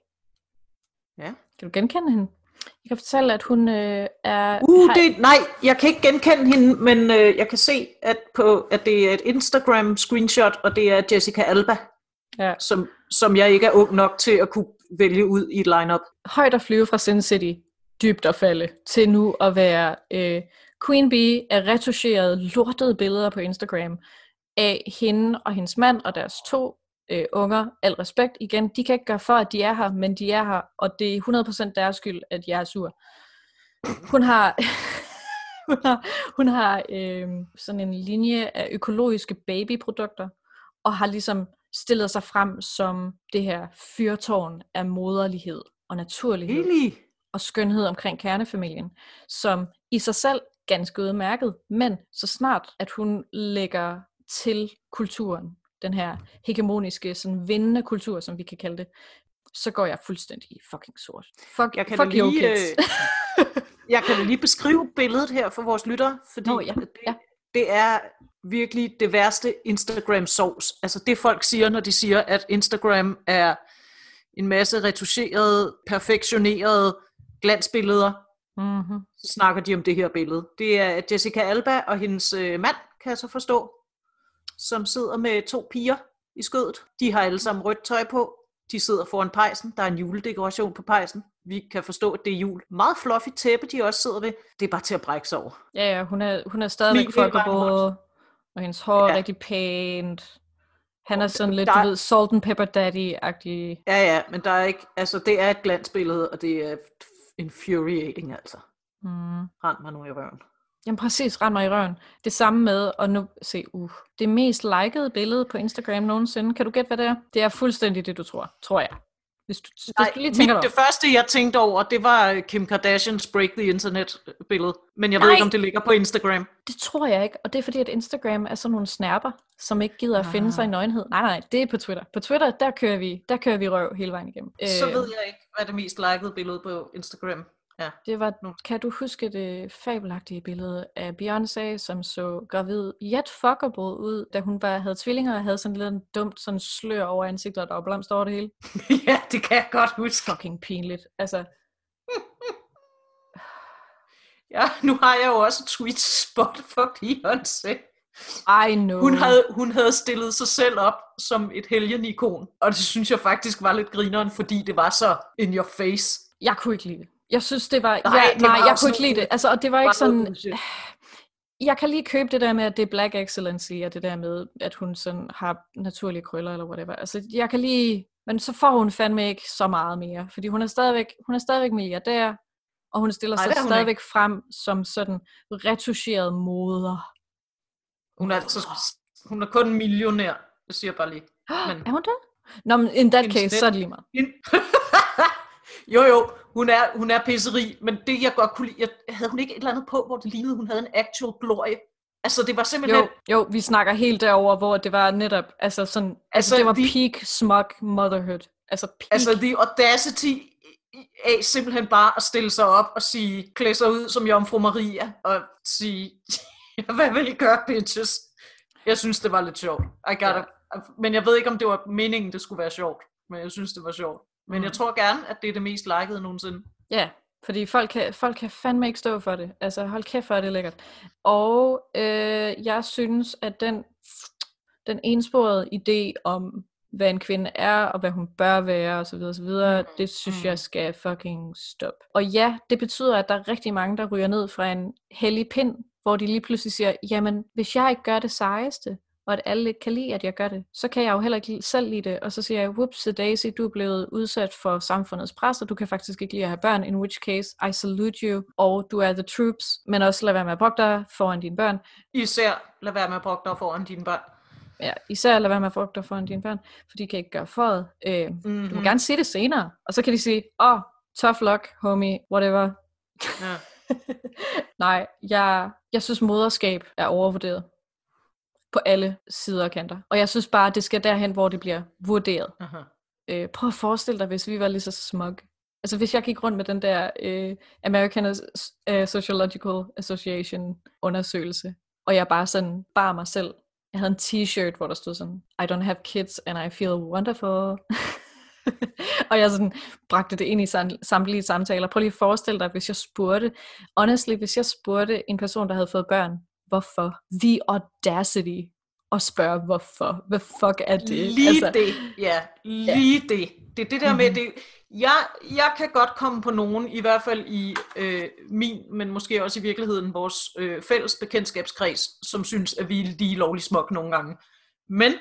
Ja. Kan du genkende hende? Jeg kan fortælle, at hun øh, er... Uh, det, nej, jeg kan ikke genkende hende, men øh, jeg kan se, at, på, at det er et Instagram-screenshot, og det er Jessica Alba, ja. som, som jeg ikke er ung nok til at kunne vælge ud i et lineup. Højt at flyve fra Sin City, dybt at falde, til nu at være... Øh, Queen Bee er retuscherede, lortede billeder på Instagram af hende og hendes mand og deres to øh, unger. Al respekt igen, de kan ikke gøre for, at de er her, men de er her, og det er hundrede procent deres skyld, at jeg er sur. Hun har, hun har, hun har øh, sådan en linje af økologiske babyprodukter, og har ligesom stillet sig frem som det her fyrtårn af moderlighed og naturlighed. Really? Og skønhed omkring kernefamilien, som i sig selv ganske udmærket, men så snart, at hun lægger til kulturen, den her hegemoniske, sådan vindende kultur, som vi kan kalde det, så går jeg fuldstændig fucking sort. Fuck, jeg kan fuck lige, you kids. Jeg kan lige beskrive billedet her for vores lyttere, fordi Nå, ja. det, Ja. det er virkelig det værste Instagram-sovs. Altså det folk siger, når de siger, at Instagram er en masse retuscherede, perfektionerede glansbilleder, Mm-hmm. så snakker de om det her billede. Det er Jessica Alba og hendes øh, mand, kan jeg så forstå, som sidder med to piger i skødet. De har alle sammen rødt tøj på. De sidder foran pejsen. Der er en juledekoration på pejsen. Vi kan forstå, at det er jul. Meget fluffy tæppe, de også sidder ved. Det er bare til at brække sig over. Ja, ja, hun er, hun er stadigvæk fuckable, og hendes hår er ja. rigtig pænt. Han er sådan lidt, der... du ved, salt and pepper daddy-agtig. Ja, ja, men der er ikke, altså det er et glansbillede, og det er infuriating, altså. Mm. Rend mig nu i røven. Jamen præcis, rend mig i røven. Det samme med, og nu, se, uh, det mest likede billede på Instagram nogensinde. Kan du gætte, hvad det er? Det er fuldstændig det, du tror, tror jeg. Hvis du, Nej, hvis du lige mit, tænker det første, jeg tænkte over, det var Kim Kardashians Break the Internet-billede. Men jeg Nej. ved ikke, om det ligger på Instagram. Det tror jeg ikke, og det er fordi, at Instagram er sådan nogle snapper, som ikke gider at finde sig i nøgenhed. Nej, nej, det er på Twitter. På Twitter, der kører vi, der kører vi røv hele vejen igennem. Så øh, ved jeg ikke, hvad det mest likede billede på Instagram er. Det var, kan du huske det fabelagtige billede af Beyoncé, som så gravid yet fuckable ud, da hun bare havde tvillinger og havde sådan lidt dumt sådan slør over ansigtet, og der var blomster over det hele? Ja, det kan jeg godt huske. Fucking pinligt. Altså, ja, nu har jeg jo også et tweet spot for Beyoncé. I know. Hun havde, hun havde stillet sig selv op som et helgenikon, og det synes jeg faktisk var lidt grineren, fordi det var så in your face. Jeg kunne ikke lide det. Jeg synes, det var... Nej, ja, det nej var jeg også kunne ikke lide det. Altså, og det var ikke sådan... Jeg kan lige købe det der med, at det er black excellency, og det der med, at hun sådan har naturlige krøller, eller whatever. Altså, jeg kan lige... Men så får hun fandme ikke så meget mere, fordi hun er stadigvæk, hun er stadigvæk milliardær, og hun stiller Nej, sig hun stadigvæk ikke. frem som sådan retuscheret moder. Hun er, altså, hun er kun en millionær, det siger jeg bare lige. Men... Er hun det? Nå, men in that case, så er det lige meget. jo, jo, hun er, hun er pisseri, men det jeg godt kunne lide, jeg, havde hun ikke et eller andet på, hvor det lignede, hun havde en actual glorie? Altså, det var simpelthen... Jo, jo, vi snakker helt derover, hvor det var netop, altså sådan, altså, altså det var the, peak smug motherhood. Altså, peak. Altså, the audacity af simpelthen bare at stille sig op og sige, klæde sig ud som Jomfru Maria, og sige, hvad vil I gøre, bitches? Jeg synes, det var lidt sjovt. I got ja. Men jeg ved ikke, om det var meningen, det skulle være sjovt. Men jeg synes, det var sjovt. Men mm. jeg tror gerne, at det er det mest likede nogensinde. Ja, fordi folk kan, folk kan fandme ikke stå for det. Altså, hold kæft for, det er lækkert. Og øh, jeg synes, at den, den ensporede idé om, hvad en kvinde er, og hvad hun bør være, osv., osv., mm. det synes mm. jeg skal fucking stoppe. Og ja, det betyder, at der er rigtig mange, der ryger ned fra en hellig pind, hvor de lige pludselig siger, jamen, hvis jeg ikke gør det sejeste, og at alle ikke kan lide, at jeg gør det, så kan jeg jo heller ikke selv lide det. Og så siger jeg, whoops, Daisy, du er blevet udsat for samfundets pres, og du kan faktisk ikke lide at have børn, in which case, I salute you, og du er the troops, men også lad være med at brokke dig foran dine børn. Især lad være med at brokke dig foran dine børn. Ja, især lad være med at brokke dig foran dine børn, for de kan ikke gøre for det. Øh, mm-hmm. Du må gerne sige det senere, og så kan de sige, åh, oh, tough luck, homie, whatever. Ja. Nej, jeg, jeg synes moderskab er overvurderet. På alle sider og kanter. Og jeg synes bare, at det skal derhen, hvor det bliver vurderet. Uh-huh. Øh, prøv at forestille dig, hvis vi var lige så smug. Altså hvis jeg gik rundt med den der øh, American uh, Sociological Association undersøgelse, og jeg bare sådan bar mig selv. Jeg havde en t-shirt, hvor der stod sådan, I don't have kids, and I feel wonderful. Og jeg sådan bragte det ind i samtlige samtaler. Prøv lige at forestille dig, hvis jeg spurgte, honestly, hvis jeg spurgte en person, der havde fået børn, hvorfor? The audacity at spørge, hvorfor? Hvad fuck er det? Lige altså, det, ja. Lige ja. det. Det er det der mm-hmm. med, det. Jeg, jeg kan godt komme på nogen, i hvert fald i øh, min, men måske også i virkeligheden vores øh, fælles bekendtskabskreds, som synes, at vi er lige lovligt smuk nogle gange. Men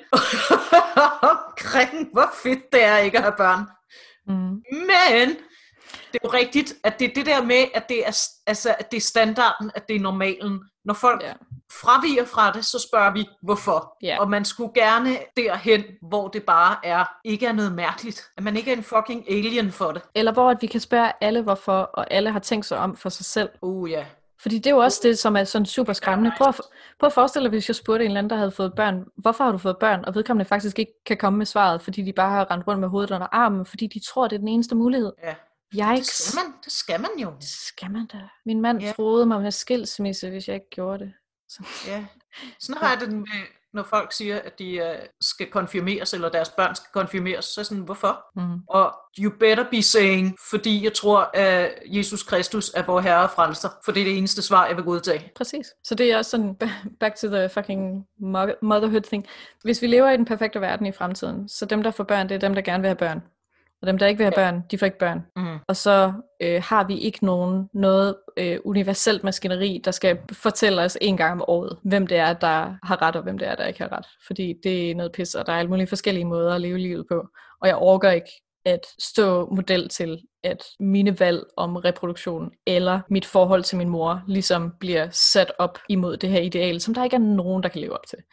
omkring, hvor fedt det er ikke at have børn. Mm. Men det er jo rigtigt, at det er det der med, at det er, altså, at det er standarden, at det er normalen. Når folk yeah. fraviger fra det, så spørger vi, hvorfor. Yeah. Og man skulle gerne derhen, hvor det bare er, ikke er noget mærkeligt. At man ikke er en fucking alien for det. Eller hvor at vi kan spørge alle, hvorfor, og alle har tænkt sig om for sig selv. Uh, ja. Yeah. Fordi det er jo også det, som er sådan super skræmmende. Prøv at, prøv at forestille dig, hvis jeg spurgte en eller anden, der havde fået børn, hvorfor har du fået børn? Og vedkommende faktisk ikke kan komme med svaret, fordi de bare har rendt rundt med hovedet under armen, fordi de tror, det er den eneste mulighed. Ja. Yikes. Det skal man, det skal man jo. Det skal man da. Min mand ja. troede mig med skilsmisse, hvis jeg ikke gjorde det. Så. Ja, sådan har jeg det med, når folk siger, at de uh, skal konfirmeres, eller deres børn skal konfirmeres, så er sådan, hvorfor? Mm. Og you better be saying, fordi jeg tror, at Jesus Kristus er vor herre og frelser, for det er det eneste svar, jeg vil godtage. Præcis. Så det er også sådan, back to the fucking motherhood thing. Hvis vi lever i den perfekte verden i fremtiden, så dem, der får børn, det er dem, der gerne vil have børn. Og dem, der ikke vil have børn, de får ikke børn. Mm. Og så øh, har vi ikke nogen noget øh, universelt maskineri, der skal fortælle os en gang om året, hvem det er, der har ret, og hvem det er, der ikke har ret. Fordi det er noget pis, og der er alle mulige forskellige måder at leve livet på. Og jeg orker ikke at stå model til, at mine valg om reproduktion, eller mit forhold til min mor, ligesom bliver sat op imod det her ideal, som der ikke er nogen, der kan leve op til.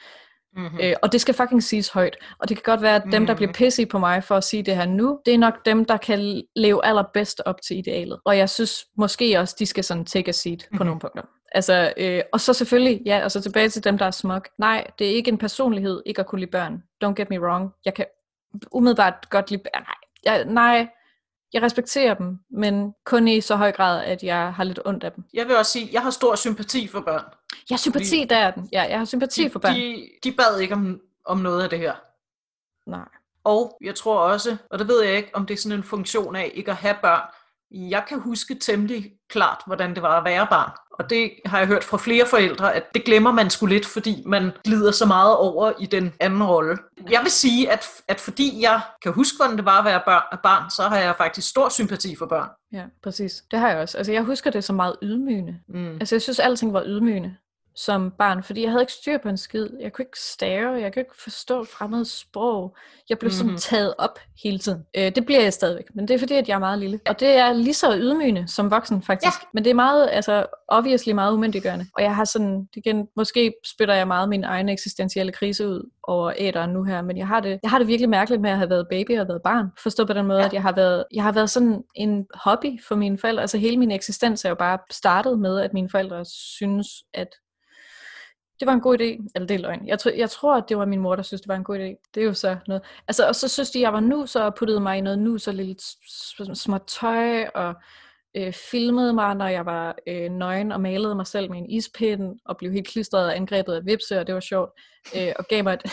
Mm-hmm. Øh, og det skal fucking siges højt. Og det kan godt være, at dem, der bliver pissy på mig for at sige det her nu, det er nok dem, der kan leve allerbedst op til idealet. Og jeg synes måske også, de skal sådan take a seat mm-hmm. på nogle punkter. Altså, øh, og så selvfølgelig, ja, og så tilbage til dem, der er smuk. Nej, det er ikke en personlighed, ikke at kunne lide børn. Don't get me wrong. Jeg kan umiddelbart godt lide børn. Nej, jeg, nej, jeg respekterer dem, men kun i så høj grad, at jeg har lidt ondt af dem. Jeg vil også sige, jeg har stor sympati for børn. Jeg har sympati, der er den. Ja, jeg har sympati de, for børn. De, de bad ikke om, om noget af det her. Nej. Og jeg tror også, og det ved jeg ikke, om det er sådan en funktion af ikke at have børn. Jeg kan huske temmelig klart, hvordan det var at være barn. Og det har jeg hørt fra flere forældre, at det glemmer man sgu lidt, fordi man glider så meget over i den anden rolle. Jeg vil sige, at, at fordi jeg kan huske, hvordan det var at være børn, barn, så har jeg faktisk stor sympati for børn. Ja, præcis. Det har jeg også. Altså, jeg husker det så meget ydmygende. Mm. Altså, jeg synes, alting var ydmygende som barn, fordi jeg havde ikke styr på en skid. Jeg kunne ikke stave, jeg kunne ikke forstå fremmede sprog. Jeg blev sådan mm-hmm. taget op hele tiden. Øh, det bliver jeg stadigvæk, men det er fordi, at jeg er meget lille. Og det er lige så ydmygende som voksen, faktisk. Ja. Men det er meget, altså, obviously meget umyndiggørende. Og jeg har sådan, igen, måske spytter jeg meget min egen eksistentielle krise ud over æderen nu her, men jeg har det, jeg har det virkelig mærkeligt med at have været baby og været barn. Forstå på den måde, ja. at jeg har været, jeg har været sådan en hobby for mine forældre. Altså hele min eksistens er jo bare startet med, at mine forældre synes, at det var en god idé, eller det er løgn. Jeg, tror, jeg tror, at det var min mor, der synes, det var en god idé. Det er jo så noget. Altså, og så synes de, jeg var nus, og puttede mig i noget nus, og lidt småt tøj, og øh, filmede mig, når jeg var øh, nøgen, og malede mig selv med en ispind, og blev helt klistret og angrebet af vipse, og det var sjovt. Øh, og gav mig et,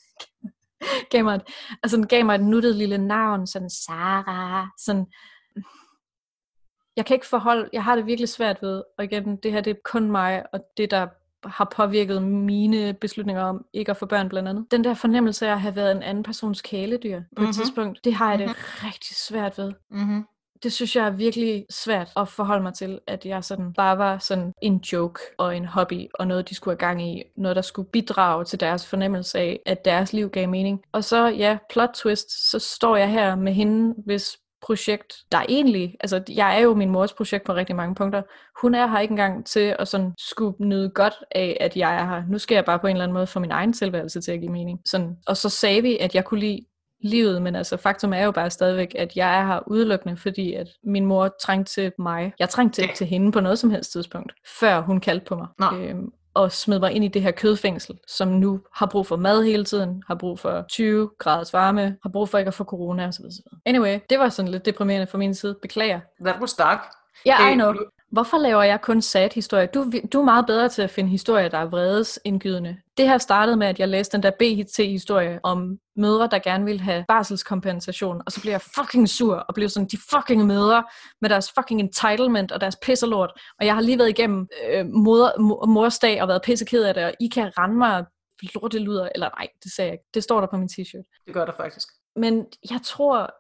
gav mig et, altså, gav mig et nuttet lille navn, sådan Sarah, sådan. Jeg kan ikke forholde, jeg har det virkelig svært ved, og igen, det her det er kun mig, og det der har påvirket mine beslutninger om ikke at få børn blandt andet. Den der fornemmelse af at have været en anden persons kæledyr på mm-hmm. et tidspunkt, det har jeg mm-hmm. det rigtig svært ved. Mm-hmm. Det synes jeg er virkelig svært at forholde mig til, at jeg sådan bare var sådan en joke og en hobby, og noget de skulle have gang i, noget der skulle bidrage til deres fornemmelse af, at deres liv gav mening. Og så, ja, plot twist, så står jeg her med hende, hvis projekt, der egentlig, altså jeg er jo min mors projekt på rigtig mange punkter. Hun er her ikke engang til at sådan skulle nyde godt af, at jeg er her. Nu skal jeg bare på en eller anden måde få min egen tilværelse til at give mening. Sådan. Og så sagde vi, at jeg kunne lide livet, men altså faktum er jo bare stadigvæk, at jeg er her udelukkende, fordi at min mor trængte til mig. Jeg trængte til, til hende på noget som helst tidspunkt, før hun kaldte på mig. Øhm, og smed mig ind i det her kødfængsel, som nu har brug for mad hele tiden, har brug for tyve graders varme, har brug for ikke at få corona osv. Anyway, det var sådan lidt deprimerende fra min side. Beklager. That was dark. Ja, yeah, I know. Hvorfor laver jeg kun sad historier? Du, du er meget bedre til at finde historier, der er vredesindgydende. Det her startede med, at jeg læste den der B T-historie om mødre, der gerne ville have barselskompensation, og så blev jeg fucking sur, og blev sådan, de fucking mødre med deres fucking entitlement og deres pisselort, og jeg har lige været igennem øh, moder, mor, morsdag og været pisseked af det, og I kan rende mig lorteluder, eller nej, det sagde jeg ikke. Det står der på min t-shirt. Det gør der faktisk. Men jeg tror...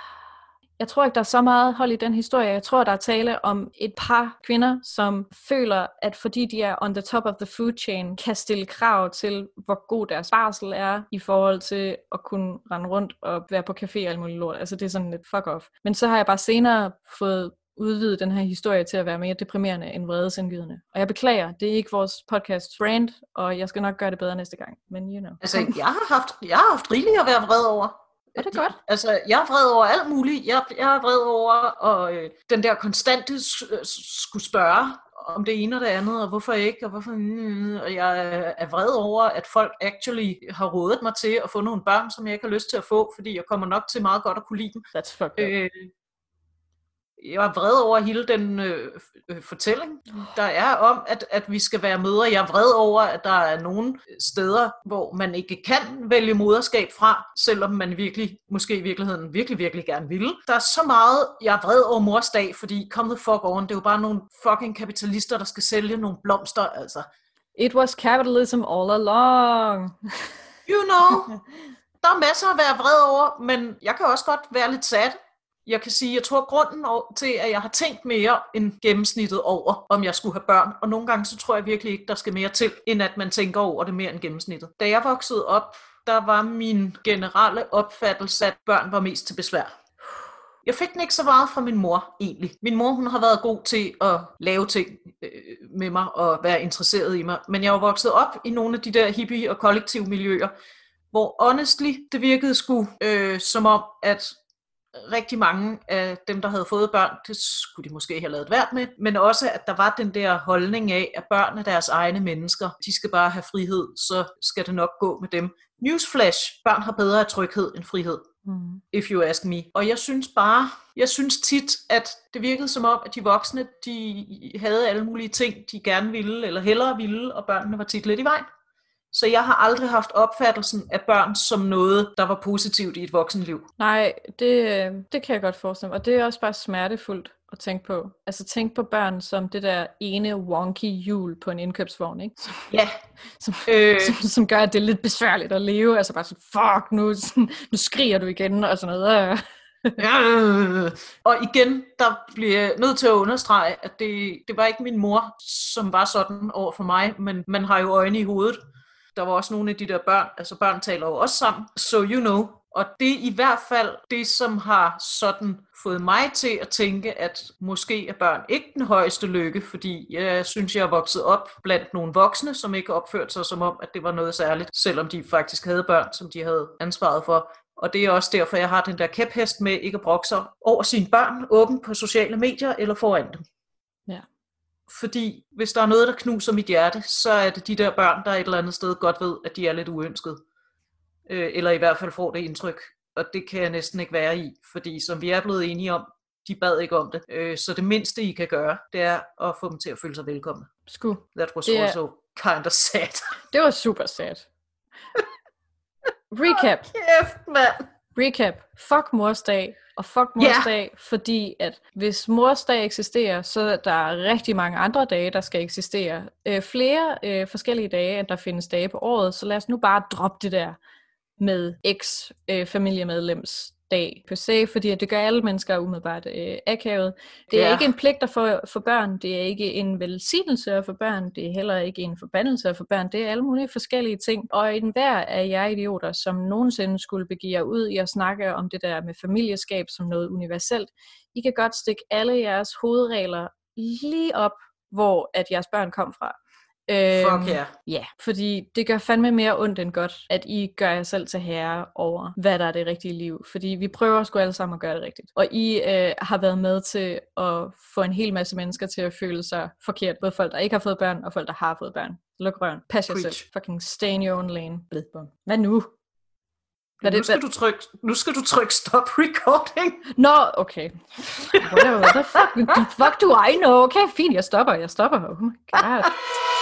Jeg tror ikke, der er så meget hold i den historie. Jeg tror, der er tale om et par kvinder, som føler, at fordi de er on the top of the food chain, kan stille krav til, hvor god deres barsel er, i forhold til at kunne rende rundt og være på café og alt muligt lort. Altså det er sådan lidt fuck off. Men så har jeg bare senere fået udvidet den her historie til at være mere deprimerende end vredesindgydende. Og jeg beklager, det er ikke vores podcast brand, og jeg skal nok gøre det bedre næste gang. Men you know. Altså, jeg har haft, jeg har haft rigeligt at være vred over. Er det godt? Altså, jeg er vred over alt muligt. Jeg, jeg er vred over og, øh, den der konstante skulle spørge om det ene og det andet, og hvorfor ikke, og hvorfor... Mm, og jeg er vred over, at folk actually har rådet mig til at få nogle børn, som jeg ikke har lyst til at få, fordi jeg kommer nok til meget godt at kunne lide dem. That's fucked up. Øh, Jeg er vred over hele den øh, øh, fortælling, der er om, at, at vi skal være mødre. Jeg er vred over, at der er nogle steder, hvor man ikke kan vælge moderskab fra, selvom man virkelig, måske i virkeligheden, virkelig, virkelig gerne ville. Der er så meget, jeg er vred over mors dag, fordi come the fuck on, det er jo bare nogle fucking kapitalister, der skal sælge nogle blomster, altså. It was capitalism all along. You know, der er masser at være vred over, men jeg kan også godt være lidt sad. Jeg kan sige, jeg tror grunden til, at jeg har tænkt mere end gennemsnittet over, om jeg skulle have børn. Og nogle gange, så tror jeg virkelig ikke, der skal mere til, end at man tænker over det mere end gennemsnittet. Da jeg voksede op, der var min generelle opfattelse, at børn var mest til besvær. Jeg fik den ikke så meget fra min mor, egentlig. Min mor, hun har været god til at lave ting øh, med mig og være interesseret i mig. Men jeg var vokset op i nogle af de der hippie- og kollektive miljøer, hvor honestly, det virkede sgu øh, som om, at rigtig mange af dem, der havde fået børn, det skulle de måske have lavet værd med, men også, at der var den der holdning af, at børn er deres egne mennesker. De skal bare have frihed, så skal det nok gå med dem. Newsflash, børn har bedre af tryghed end frihed. Mm. If you ask me. Og jeg synes bare, jeg synes tit, at det virkede som om, at de voksne, de havde alle mulige ting, de gerne ville, eller hellere ville, og børnene var tit lidt i vejen. Så jeg har aldrig haft opfattelsen af børn som noget, der var positivt i et voksenliv. Nej, det, det kan jeg godt forestille mig. Og det er også bare smertefuldt at tænke på. Altså tænk på børn som det der ene wonky hjul på en indkøbsvogn, ikke? Som, ja. Som, øh. som, som gør, at det er lidt besværligt at leve. Altså bare sådan, fuck, nu, nu skriger du igen, og sådan noget. ja, øh. Og igen, der bliver jeg nødt til at understrege, at det, det var ikke min mor, som var sådan over for mig, men man har jo øjne i hovedet. Der var også nogle af de der børn, altså børn taler jo også sammen, so you know. Og det er i hvert fald det, som har sådan fået mig til at tænke, at måske er børn ikke den højeste lykke, fordi jeg synes, jeg er vokset op blandt nogle voksne, som ikke opførte sig som om, at det var noget særligt, selvom de faktisk havde børn, som de havde ansvaret for. Og det er også derfor, jeg har den der kæphest med ikke at brokke sig over sine børn, åbent på sociale medier eller foran dem. Ja. Fordi hvis der er noget, der knuser mit hjerte, så er det de der børn, der et eller andet sted godt ved, at de er lidt uønsket. Øh, eller i hvert fald får det indtryk. Og det kan jeg næsten ikke være i, fordi som vi er blevet enige om, de bad ikke om det. Øh, så det mindste, I kan gøre, det er at få dem til at føle sig velkomne. Sku. That was det also er... kind of sad. Det var super sad. Recap. Oh, kæft, mand. Recap. Fuck morsdag. Og fuck morsdag, yeah. Fordi at hvis morsdag eksisterer, så er der rigtig mange andre dage, der skal eksistere. Øh, flere øh, forskellige dage, end der findes dage på året, så lad os nu bare droppe det der med eks-familiemedlems dag per se, fordi det gør alle mennesker umiddelbart øh, akavet. Det er yeah. ikke en pligt at få for børn, det er ikke en velsignelse at få børn, det er heller ikke en forbandelse at få børn, det er alle mulige forskellige ting. Og i den hver af jer idioter, som nogensinde skulle begive jer ud i at snakke om det der med familieskab som noget universelt, I kan godt stikke alle jeres hovedregler lige op, hvor at jeres børn kom fra. Fuck ja. Øhm, yeah. Ja, fordi det gør fandme mere ondt end godt, at I gør jer selv til herre over, hvad der er det rigtige liv. Fordi vi prøver sgu alle sammen at gøre det rigtigt. Og I øh, har været med til at få en hel masse mennesker til at føle sig forkert. Både folk, der ikke har fået børn, og folk, der har fået børn. Luk røven. Pas jer selv. Fucking stay in your own lane. Hvad nu? Hvad nu, skal du trykke, nu skal du trykke stop recording. Nå, no, okay. Whatever, what the fuck, fuck do I know? Okay, fint, jeg stopper, jeg stopper. Oh my god.